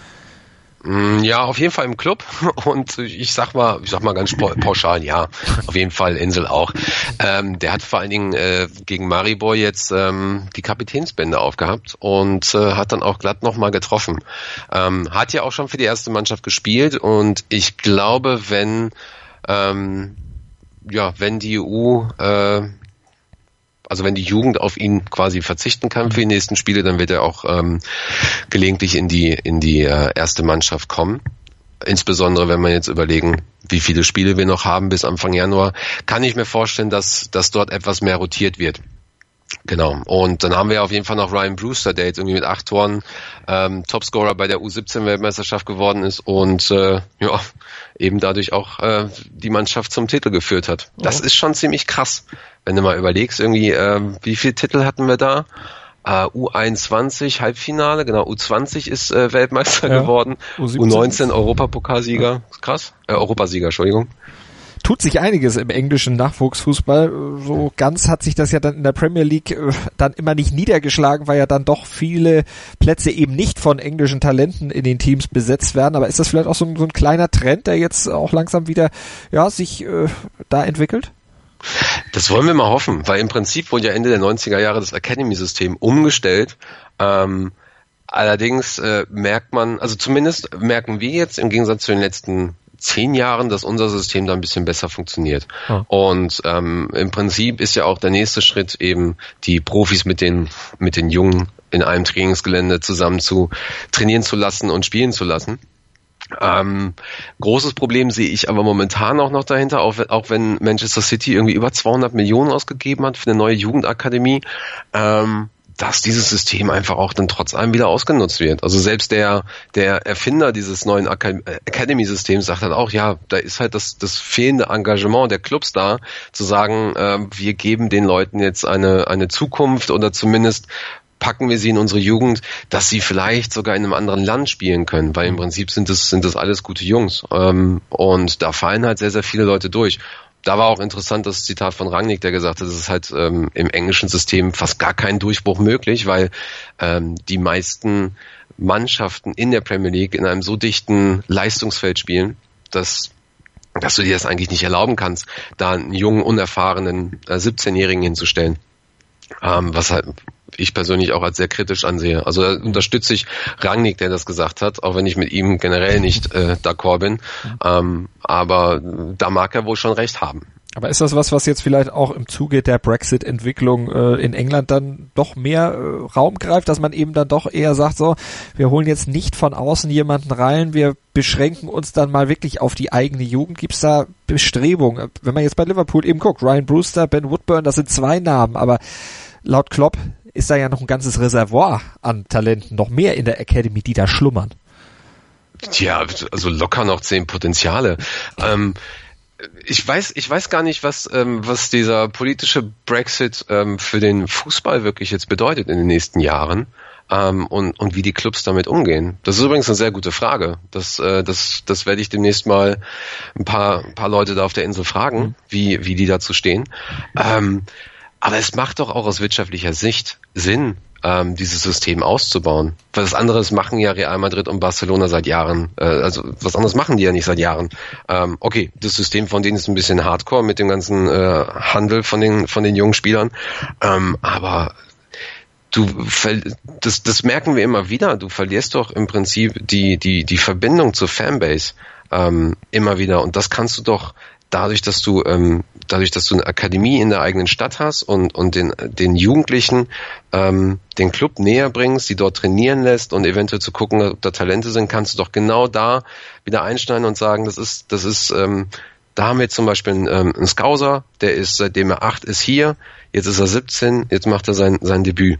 Ja, auf jeden Fall im Club und ich sag mal, ich sag mal ganz pauschal, ja, auf jeden Fall Insel auch. Ähm, der hat vor allen Dingen äh, gegen Maribor jetzt ähm, die Kapitänsbinde aufgehabt und äh, hat dann auch glatt nochmal getroffen. Ähm, hat ja auch schon für die erste Mannschaft gespielt und ich glaube, wenn ähm, ja, wenn die E U äh, Also wenn die Jugend auf ihn quasi verzichten kann für die nächsten Spiele, dann wird er auch ähm, gelegentlich in die in die äh, erste Mannschaft kommen. Insbesondere wenn wir jetzt überlegen, wie viele Spiele wir noch haben bis Anfang Januar, kann ich mir vorstellen, dass dass dort etwas mehr rotiert wird. Genau. Und dann haben wir auf jeden Fall noch Ryan Brewster, der jetzt irgendwie mit acht Toren ähm, Topscorer bei der U siebzehn Weltmeisterschaft geworden ist und äh, ja eben dadurch auch äh, die Mannschaft zum Titel geführt hat. Das ist schon ziemlich krass, wenn du mal überlegst, irgendwie äh, wie viele Titel hatten wir da? Uh, U einundzwanzig Halbfinale, genau, U zwanzig ist äh, Weltmeister ja, geworden, U neunzehn Europapokalsieger, ja. Krass, äh, Europasieger, Entschuldigung. Tut sich einiges im englischen Nachwuchsfußball. So ganz hat sich das ja dann in der Premier League dann immer nicht niedergeschlagen, weil ja dann doch viele Plätze eben nicht von englischen Talenten in den Teams besetzt werden. Aber ist das vielleicht auch so ein, so ein kleiner Trend, der jetzt auch langsam wieder ja sich äh, da entwickelt? Das wollen wir mal hoffen, weil im Prinzip wurde ja Ende der neunziger Jahre das Academy-System umgestellt. Ähm, allerdings äh, merkt man, also zumindest merken wir jetzt im Gegensatz zu den letzten zehn Jahren, dass unser System da ein bisschen besser funktioniert. Oh. Und ähm, im Prinzip ist ja auch der nächste Schritt eben, die Profis mit den mit den Jungen in einem Trainingsgelände zusammen zu trainieren zu lassen und spielen zu lassen. Ähm, großes Problem sehe ich aber momentan auch noch dahinter, auch, auch wenn Manchester City irgendwie über zweihundert Millionen ausgegeben hat für eine neue Jugendakademie, ähm, dass dieses System einfach auch dann trotz allem wieder ausgenutzt wird. Also selbst der der Erfinder dieses neuen Academy-Systems sagt dann auch, ja, da ist halt das das fehlende Engagement der Clubs da, zu sagen, äh, wir geben den Leuten jetzt eine eine Zukunft oder zumindest packen wir sie in unsere Jugend, dass sie vielleicht sogar in einem anderen Land spielen können, weil im Prinzip sind das sind das alles gute Jungs ähm, und da fallen halt sehr, sehr viele Leute durch. Da war auch interessant das Zitat von Rangnick, der gesagt hat, es ist halt ähm, im englischen System fast gar kein Durchbruch möglich, weil ähm, die meisten Mannschaften in der Premier League in einem so dichten Leistungsfeld spielen, dass dass du dir das eigentlich nicht erlauben kannst, da einen jungen, unerfahrenen äh, siebzehnjährigen hinzustellen. Ähm, was halt ich persönlich auch als sehr kritisch ansehe. Also da unterstütze ich Rangnick, der das gesagt hat, auch wenn ich mit ihm generell nicht äh, d'accord bin. Ähm, aber da mag er wohl schon recht haben. Aber ist das was, was jetzt vielleicht auch im Zuge der Brexit-Entwicklung äh, in England dann doch mehr äh, Raum greift, dass man eben dann doch eher sagt, so, wir holen jetzt nicht von außen jemanden rein, wir beschränken uns dann mal wirklich auf die eigene Jugend? Gibt es da Bestrebungen? Wenn man jetzt bei Liverpool eben guckt, Ryan Brewster, Ben Woodburn, das sind zwei Namen, aber laut Klopp ist da ja noch ein ganzes Reservoir an Talenten, noch mehr in der Academy, die da schlummern. Ja, also locker noch zehn Potenziale. Ähm, Ich weiß, ich weiß gar nicht, was, ähm, was dieser politische Brexit ähm, für den Fußball wirklich jetzt bedeutet in den nächsten Jahren ähm, und und wie die Clubs damit umgehen. Das ist übrigens eine sehr gute Frage. Das, äh, das, das werde ich demnächst mal ein paar, ein paar Leute da auf der Insel fragen, mhm. wie, wie die dazu stehen. Ähm, aber es macht doch auch aus wirtschaftlicher Sicht Sinn, ähm, dieses System auszubauen. Was anderes machen ja Real Madrid und Barcelona seit Jahren. Äh, also was anderes machen die ja nicht seit Jahren. Ähm, okay, das System von denen ist ein bisschen hardcore mit dem ganzen äh, Handel von den von den jungen Spielern. Ähm, aber du, das, das merken wir immer wieder. Du verlierst doch im Prinzip die die die Verbindung zur Fanbase ähm, immer wieder. Und das kannst du doch dadurch, dass du ähm, dadurch, dass du eine Akademie in der eigenen Stadt hast und und den den Jugendlichen ähm, den Club näher bringst, die dort trainieren lässt und eventuell zu gucken, ob da Talente sind, kannst du doch genau da wieder einschneiden und sagen, das ist das ist ähm, da haben wir zum Beispiel einen, ähm, einen Scouser, der ist seitdem er acht ist hier, jetzt ist er siebzehn, jetzt macht er sein sein Debüt.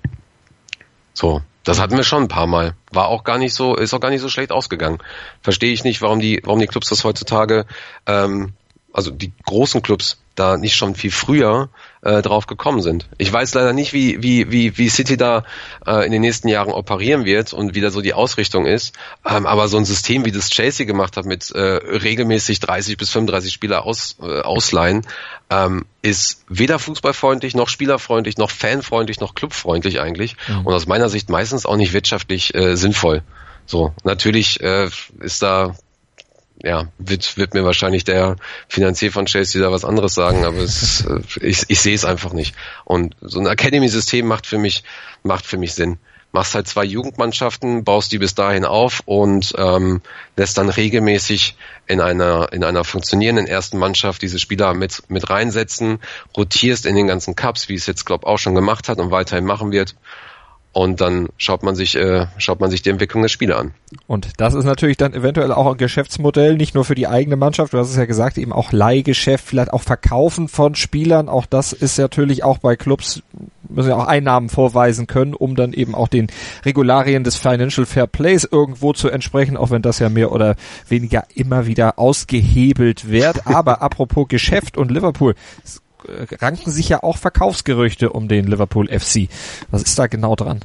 So. Das hatten wir schon ein paar Mal. War auch gar nicht so, ist auch gar nicht so schlecht ausgegangen. Verstehe ich nicht, warum die, warum die Clubs das heutzutage ähm, also die großen Clubs da nicht schon viel früher äh, drauf gekommen sind. Ich weiß leider nicht, wie wie wie wie City da äh, in den nächsten Jahren operieren wird und wie da so die Ausrichtung ist. Ähm, aber so ein System, wie das Chelsea gemacht hat, mit äh, regelmäßig dreißig bis fünfunddreißig Spieler aus, äh, ausleihen, ähm, ist weder fußballfreundlich, noch spielerfreundlich, noch fanfreundlich, noch clubfreundlich eigentlich. Mhm. Und aus meiner Sicht meistens auch nicht wirtschaftlich äh, sinnvoll. So, natürlich äh, ist da ja, wird, wird mir wahrscheinlich der Finanzier von Chelsea da was anderes sagen, aber es, ich, ich sehe es einfach nicht. Und so ein Academy-System macht für mich, macht für mich Sinn. Machst halt zwei Jugendmannschaften, baust die bis dahin auf und ähm, lässt dann regelmäßig in einer in einer funktionierenden ersten Mannschaft diese Spieler mit mit reinsetzen, rotierst in den ganzen Cups, wie es jetzt glaube auch schon gemacht hat und weiterhin machen wird. Und dann schaut man sich äh, schaut man sich die Entwicklung der Spiele an. Und das ist natürlich dann eventuell auch ein Geschäftsmodell, nicht nur für die eigene Mannschaft, du hast es ja gesagt, eben auch Leihgeschäft, vielleicht auch Verkaufen von Spielern. Auch das ist natürlich auch bei Clubs, müssen ja auch Einnahmen vorweisen können, um dann eben auch den Regularien des Financial Fair Plays irgendwo zu entsprechen, auch wenn das ja mehr oder weniger immer wieder ausgehebelt wird. Aber apropos Geschäft und Liverpool, ranken sich ja auch Verkaufsgerüchte um den Liverpool F C. Was ist da genau dran?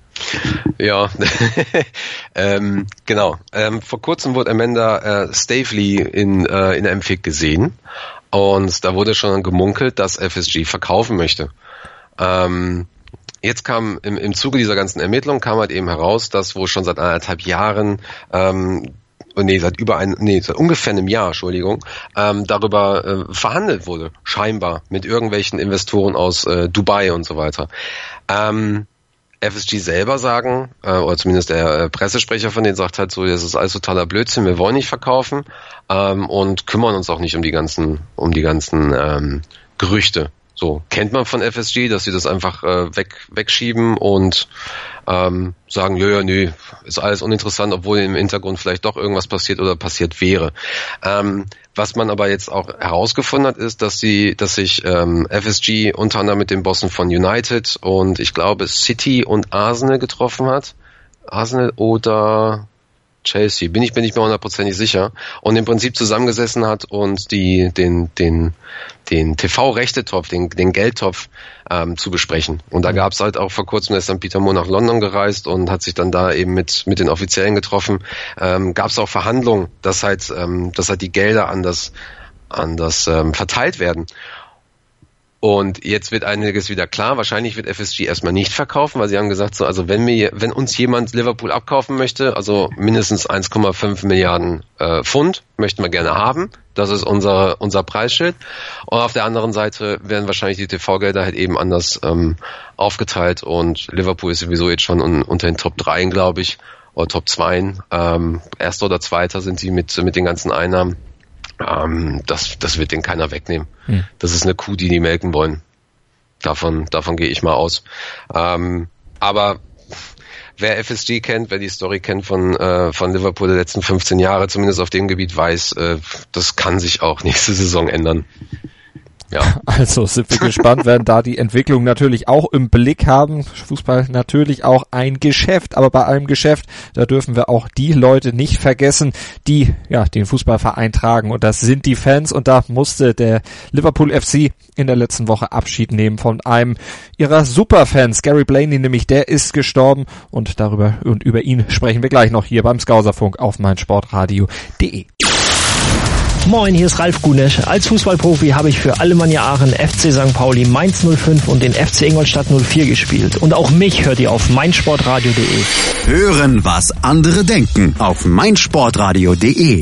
Ja, ähm, genau. Ähm, vor kurzem wurde Amanda äh, Staveley in, äh, in der M F I C gesehen und da wurde schon gemunkelt, dass F S G verkaufen möchte. Ähm, jetzt kam im, im Zuge dieser ganzen Ermittlung kam halt eben heraus, dass wohl schon seit anderthalb Jahren ähm, nee, seit über ein, nee, seit ungefähr einem Jahr, Entschuldigung, ähm, darüber äh, verhandelt wurde, scheinbar, mit irgendwelchen Investoren aus äh, Dubai und so weiter. Ähm, F S G selber sagen, äh, oder zumindest der äh, Pressesprecher von denen sagt halt so, das ist alles totaler Blödsinn, wir wollen nicht verkaufen ähm, und kümmern uns auch nicht um die ganzen, um die ganzen ähm, Gerüchte. So, kennt man von F S G, dass sie das einfach äh, weg wegschieben und ähm, sagen, ja, ja, nee, ist alles uninteressant, obwohl im Hintergrund vielleicht doch irgendwas passiert oder passiert wäre. Ähm, was man aber jetzt auch herausgefunden hat, ist, dass sie, dass sich ähm, F S G unter anderem mit den Bossen von United und ich glaube City und Arsenal getroffen hat. Arsenal oder Chelsea, bin ich bin ich mir hundertprozentig sicher, und im Prinzip zusammengesessen hat und die den den den T V-Rechtetopf, den den Geldtopf ähm, zu besprechen. Und da gab es halt auch vor kurzem, ist dann Peter Moore nach London gereist und hat sich dann da eben mit mit den Offiziellen getroffen. Ähm, gab es auch Verhandlungen, dass halt ähm, dass halt die Gelder anders anders ähm, verteilt werden. Und jetzt wird einiges wieder klar. Wahrscheinlich wird F S G erstmal nicht verkaufen, weil sie haben gesagt, so, also wenn wir, wenn uns jemand Liverpool abkaufen möchte, also mindestens eins Komma fünf Milliarden äh, Pfund möchten wir gerne haben. Das ist unser unser Preisschild. Und auf der anderen Seite werden wahrscheinlich die T V-Gelder halt eben anders ähm, aufgeteilt. Und Liverpool ist sowieso jetzt schon un, unter den Top drei, glaube ich, oder Top zwei. Ähm, Erster oder Zweiter sind sie mit mit den ganzen Einnahmen. Ähm, das, das wird denen keiner wegnehmen. Hm. Das ist eine Kuh, die die melken wollen. Davon, davon gehe ich mal aus. Ähm, aber wer F S G kennt, wer die Story kennt von, äh, von Liverpool der letzten fünfzehn Jahre, zumindest auf dem Gebiet weiß, äh, das kann sich auch nächste Saison ändern. Ja. Also sind wir gespannt, werden da die Entwicklung natürlich auch im Blick haben. Fußball natürlich auch ein Geschäft, aber bei einem Geschäft, da dürfen wir auch die Leute nicht vergessen, die ja den Fußballverein tragen, und das sind die Fans, und da musste der Liverpool F C in der letzten Woche Abschied nehmen von einem ihrer Superfans. Gary Blaney nämlich, der ist gestorben, und darüber und über ihn sprechen wir gleich noch hier beim Skauserfunk auf meinsportradio punkt de. Moin, hier ist Ralf Gunesch. Als Fußballprofi habe ich für Alemannia Aachen, F C Sankt Pauli, Mainz null fünf und den F C Ingolstadt null vier gespielt. Und auch mich hört ihr auf meinsportradio punkt de. Hören, was andere denken auf meinsportradio punkt de.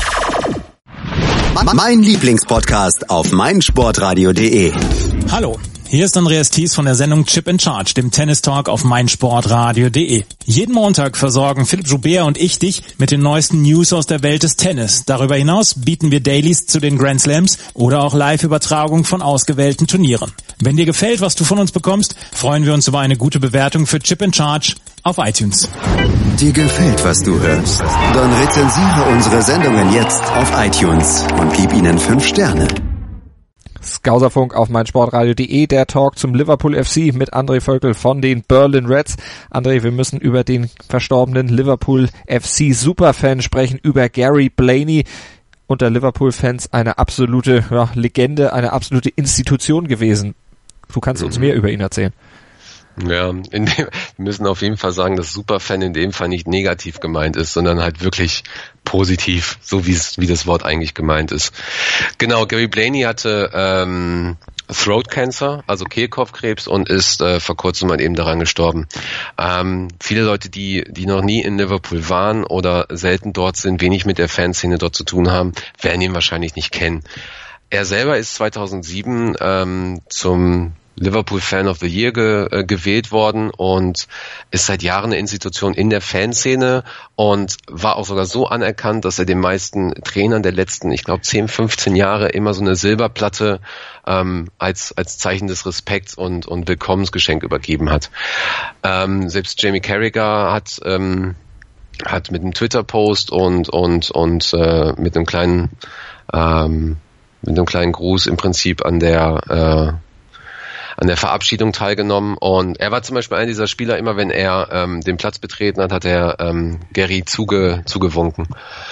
Mein Lieblingspodcast auf meinsportradio punkt de. Hallo, hier ist Andreas Thies von der Sendung Chip in Charge, dem Tennis Talk auf meinsportradio punkt de. Jeden Montag versorgen Philipp Joubert und ich dich mit den neuesten News aus der Welt des Tennis. Darüber hinaus bieten wir Dailies zu den Grand Slams oder auch Live-Übertragung von ausgewählten Turnieren. Wenn dir gefällt, was du von uns bekommst, freuen wir uns über eine gute Bewertung für Chip in Charge auf iTunes. Dir gefällt, was du hörst? Dann rezensiere unsere Sendungen jetzt auf iTunes und gib ihnen fünf Sterne. Skauserfunk auf meinsportradio punkt de, der Talk zum Liverpool F C mit André Völkel von den Berlin Reds. André, wir müssen über den verstorbenen Liverpool F C Superfan sprechen, über Gary Blaney. Unter Liverpool-Fans eine absolute ja, Legende, eine absolute Institution gewesen. Du kannst uns mehr über ihn erzählen. Ja, in dem, wir müssen auf jeden Fall sagen, dass Superfan in dem Fall nicht negativ gemeint ist, sondern halt wirklich positiv, so wie es, wie das Wort eigentlich gemeint ist. Genau, Gary Blaney hatte ähm, Throat Cancer, also Kehlkopfkrebs, und ist äh, vor kurzem mal eben daran gestorben. Ähm, viele Leute, die die noch nie in Liverpool waren oder selten dort sind, wenig mit der Fanszene dort zu tun haben, werden ihn wahrscheinlich nicht kennen. Er selber ist zweitausendsieben ähm, zum Liverpool Fan of the Year ge, äh, gewählt worden und ist seit Jahren eine Institution in der Fanszene und war auch sogar so anerkannt, dass er den meisten Trainern der letzten, ich glaube, zehn, fünfzehn Jahre immer so eine Silberplatte ähm, als als Zeichen des Respekts und und Willkommensgeschenk übergeben hat. Ähm, selbst Jamie Carragher hat ähm, hat mit einem Twitter-Post und und und äh, mit einem kleinen ähm, mit einem kleinen Gruß im Prinzip an der äh, an der Verabschiedung teilgenommen, und er war zum Beispiel einer dieser Spieler, immer wenn er ähm, den Platz betreten hat, hat er ähm, Gary zuge, zugewunken.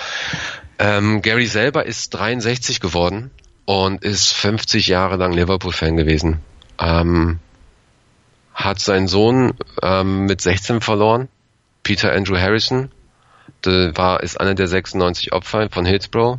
Ähm, Gary selber ist dreiundsechzig geworden und ist fünfzig Jahre lang Liverpool-Fan gewesen. Ähm, hat seinen Sohn ähm, mit sechzehn verloren, Peter Andrew Harrison, der war, ist einer der sechsundneunzig Opfer von Hillsborough.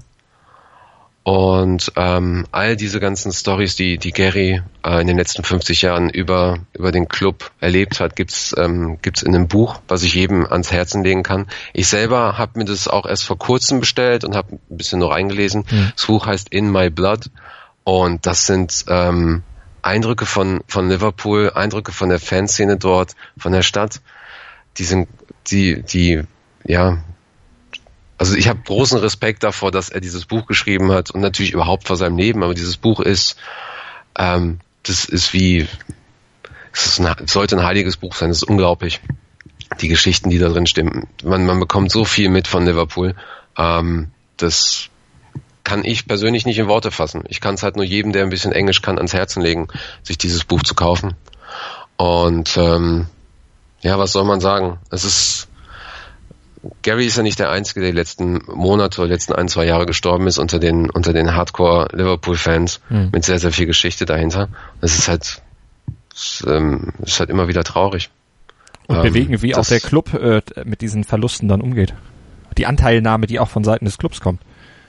Und ähm, all diese ganzen Stories, die die Gary äh, in den letzten fünfzig Jahren über über den Club erlebt hat, gibt's ähm, gibt's in einem Buch, was ich jedem ans Herzen legen kann. Ich selber habe mir das auch erst vor kurzem bestellt und habe ein bisschen noch reingelesen. Mhm. Das Buch heißt In My Blood, und das sind ähm, Eindrücke von von Liverpool, Eindrücke von der Fanszene dort, von der Stadt. Die sind die die ja Also ich habe großen Respekt davor, dass er dieses Buch geschrieben hat, und natürlich überhaupt vor seinem Leben. Aber dieses Buch ist, ähm, das ist wie, es ist ein, sollte ein heiliges Buch sein. Das ist unglaublich. Die Geschichten, die da drin stimmen. Man, man bekommt so viel mit von Liverpool. Ähm, das kann ich persönlich nicht in Worte fassen. Ich kann es halt nur jedem, der ein bisschen Englisch kann, ans Herzen legen, sich dieses Buch zu kaufen. Und ähm, ja, was soll man sagen? Es ist Gary ist ja nicht der Einzige, der die letzten Monate oder letzten ein, zwei Jahre gestorben ist unter den unter den Hardcore-Liverpool-Fans mhm. mit sehr, sehr viel Geschichte dahinter. Es ist halt es, ähm, ist halt immer wieder traurig. Und ähm, bewegen, wie auch der Club äh, mit diesen Verlusten dann umgeht. Die Anteilnahme, die auch von Seiten des Clubs kommt.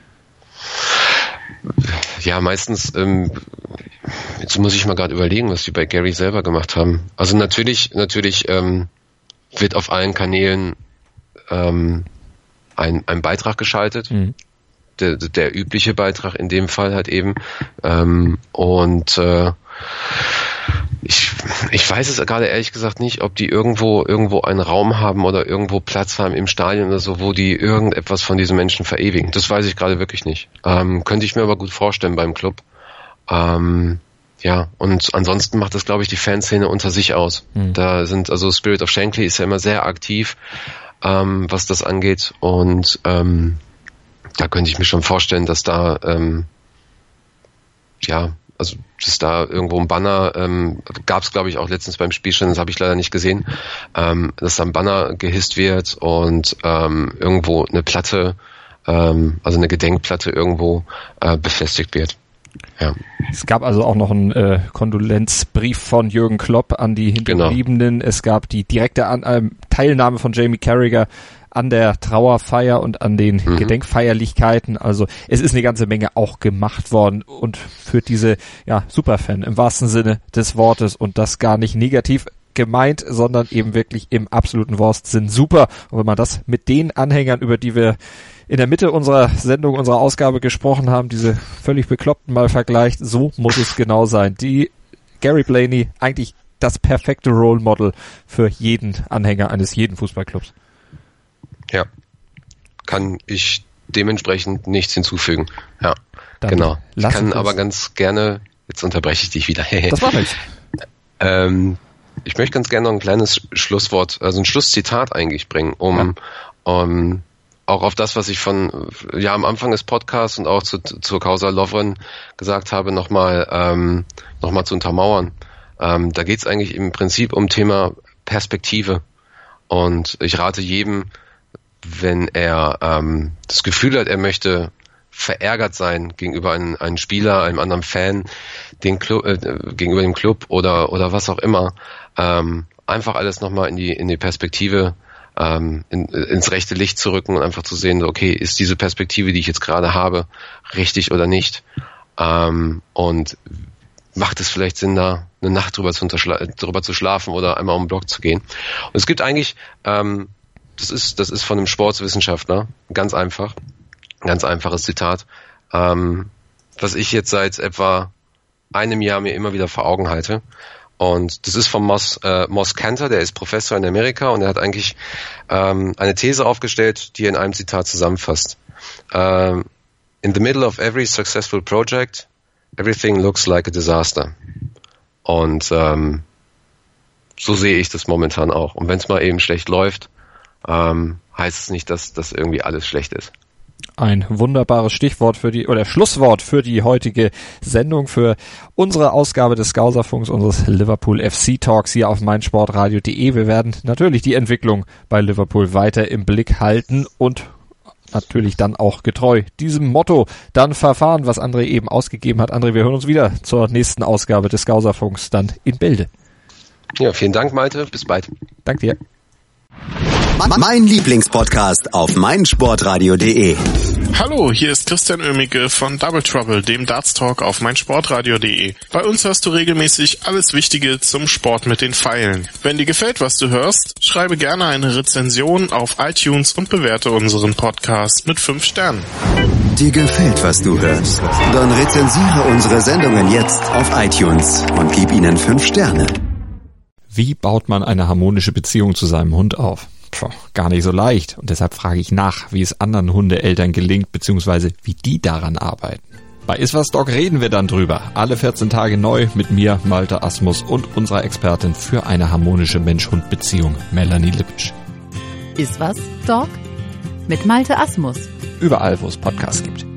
Ja, meistens, ähm, jetzt muss ich mal gerade überlegen, was die bei Gary selber gemacht haben. Also natürlich, natürlich ähm, wird auf allen Kanälen Ähm, ein, ein Beitrag geschaltet, mhm. der, der übliche Beitrag in dem Fall halt eben, ähm, und äh, Ich, ich weiß es gerade ehrlich gesagt nicht, ob die irgendwo irgendwo einen Raum haben oder irgendwo Platz haben im Stadion oder so, wo die irgendetwas von diesen Menschen verewigen. Das weiß ich gerade wirklich nicht. Ähm, könnte ich mir aber gut vorstellen beim Club. Ähm, ja, und ansonsten macht das, glaube ich, die Fanszene unter sich aus. Mhm. Da sind, also Spirit of Shankly ist ja immer sehr aktiv, ähm, was das angeht. Und ähm, da könnte ich mir schon vorstellen, dass da ähm, ja, also dass da irgendwo ein Banner, ähm, gab es glaube ich auch letztens beim Spiel schon, das habe ich leider nicht gesehen, ähm, dass da ein Banner gehisst wird und ähm, irgendwo eine Platte, ähm, also eine Gedenkplatte irgendwo äh, befestigt wird. Ja. Es gab also auch noch einen äh, Kondolenzbrief von Jürgen Klopp an die Hinterbliebenen. Genau. Es gab die direkte an, äh, Teilnahme von Jamie Carragher an der Trauerfeier und an den mhm. Gedenkfeierlichkeiten. Also es ist eine ganze Menge auch gemacht worden und für diese ja Superfan im wahrsten Sinne des Wortes und das gar nicht negativ gemeint, sondern eben wirklich im absoluten Wortsinn super. Und wenn man das mit den Anhängern, über die wir in der Mitte unserer Sendung, unserer Ausgabe gesprochen haben, diese völlig Bekloppten mal vergleicht, so muss es genau sein. Die Gary Blaney, eigentlich das perfekte Role Model für jeden Anhänger eines jeden Fußballclubs. Ja, kann ich dementsprechend nichts hinzufügen. Ja, dann genau. Ich kann aber ganz gerne, jetzt unterbreche ich dich wieder. Das war nichts. ähm, ich möchte ganz gerne noch ein kleines Schlusswort, also ein Schlusszitat eigentlich bringen, um, ja. um auch auf das, was ich von ja am Anfang des Podcasts und auch zu, zur Causa Lovren gesagt habe, nochmal ähm, noch mal zu untermauern. Ähm, da geht es eigentlich im Prinzip um Thema Perspektive. Und ich rate jedem, wenn er ähm, das Gefühl hat, er möchte verärgert sein gegenüber einem, einem Spieler, einem anderen Fan, den Club, äh, gegenüber dem Club oder oder was auch immer, ähm, einfach alles nochmal in die in die Perspektive, ähm, in, ins rechte Licht zu rücken und einfach zu sehen, okay, ist diese Perspektive, die ich jetzt gerade habe, richtig oder nicht? Ähm, und macht es vielleicht Sinn, da eine Nacht drüber zu, unterschla- drüber zu schlafen oder einmal um den Block zu gehen? Und es gibt eigentlich, ähm, das ist das ist von einem Sportswissenschaftler, ganz einfach, ganz einfaches Zitat, ähm, was ich jetzt seit etwa einem Jahr mir immer wieder vor Augen halte. Und das ist von Moss, äh, Moss Cantor, der ist Professor in Amerika und er hat eigentlich ähm, eine These aufgestellt, die er in einem Zitat zusammenfasst. Ähm, In the middle of every successful project, everything looks like a disaster. Und ähm, so sehe ich das momentan auch. Und wenn es mal eben schlecht läuft, ähm, heißt es nicht, dass das irgendwie alles schlecht ist. Ein wunderbares Stichwort für die, oder Schlusswort für die heutige Sendung, für unsere Ausgabe des Skauserfunks, unseres Liverpool F C Talks hier auf meinsportradio punkt de. Wir werden natürlich die Entwicklung bei Liverpool weiter im Blick halten und natürlich dann auch getreu diesem Motto dann verfahren, was André eben ausgegeben hat. André, wir hören uns wieder zur nächsten Ausgabe des Skauserfunks dann in Bälde. Ja, vielen Dank, Malte. Bis bald. Danke dir. Mein Lieblingspodcast auf meinsportradio punkt de. Hallo, hier ist Christian Oemicke von Double Trouble, dem Darts Talk auf meinsportradio punkt de. Bei uns hörst du regelmäßig alles Wichtige zum Sport mit den Pfeilen. Wenn dir gefällt, was du hörst, schreibe gerne eine Rezension auf iTunes und bewerte unseren Podcast mit fünf Sternen. Dir gefällt, was du hörst? Dann rezensiere unsere Sendungen jetzt auf iTunes und gib ihnen fünf Sterne. Wie baut man eine harmonische Beziehung zu seinem Hund auf? Puh, gar nicht so leicht. Und deshalb frage ich nach, wie es anderen Hundeeltern gelingt, beziehungsweise wie die daran arbeiten. Bei Iswas Dog reden wir dann drüber. Alle vierzehn Tage neu mit mir, Malte Asmus und unserer Expertin für eine harmonische Mensch-Hund-Beziehung, Melanie Lippisch. Iswas Dog mit Malte Asmus. Überall, wo es Podcasts gibt.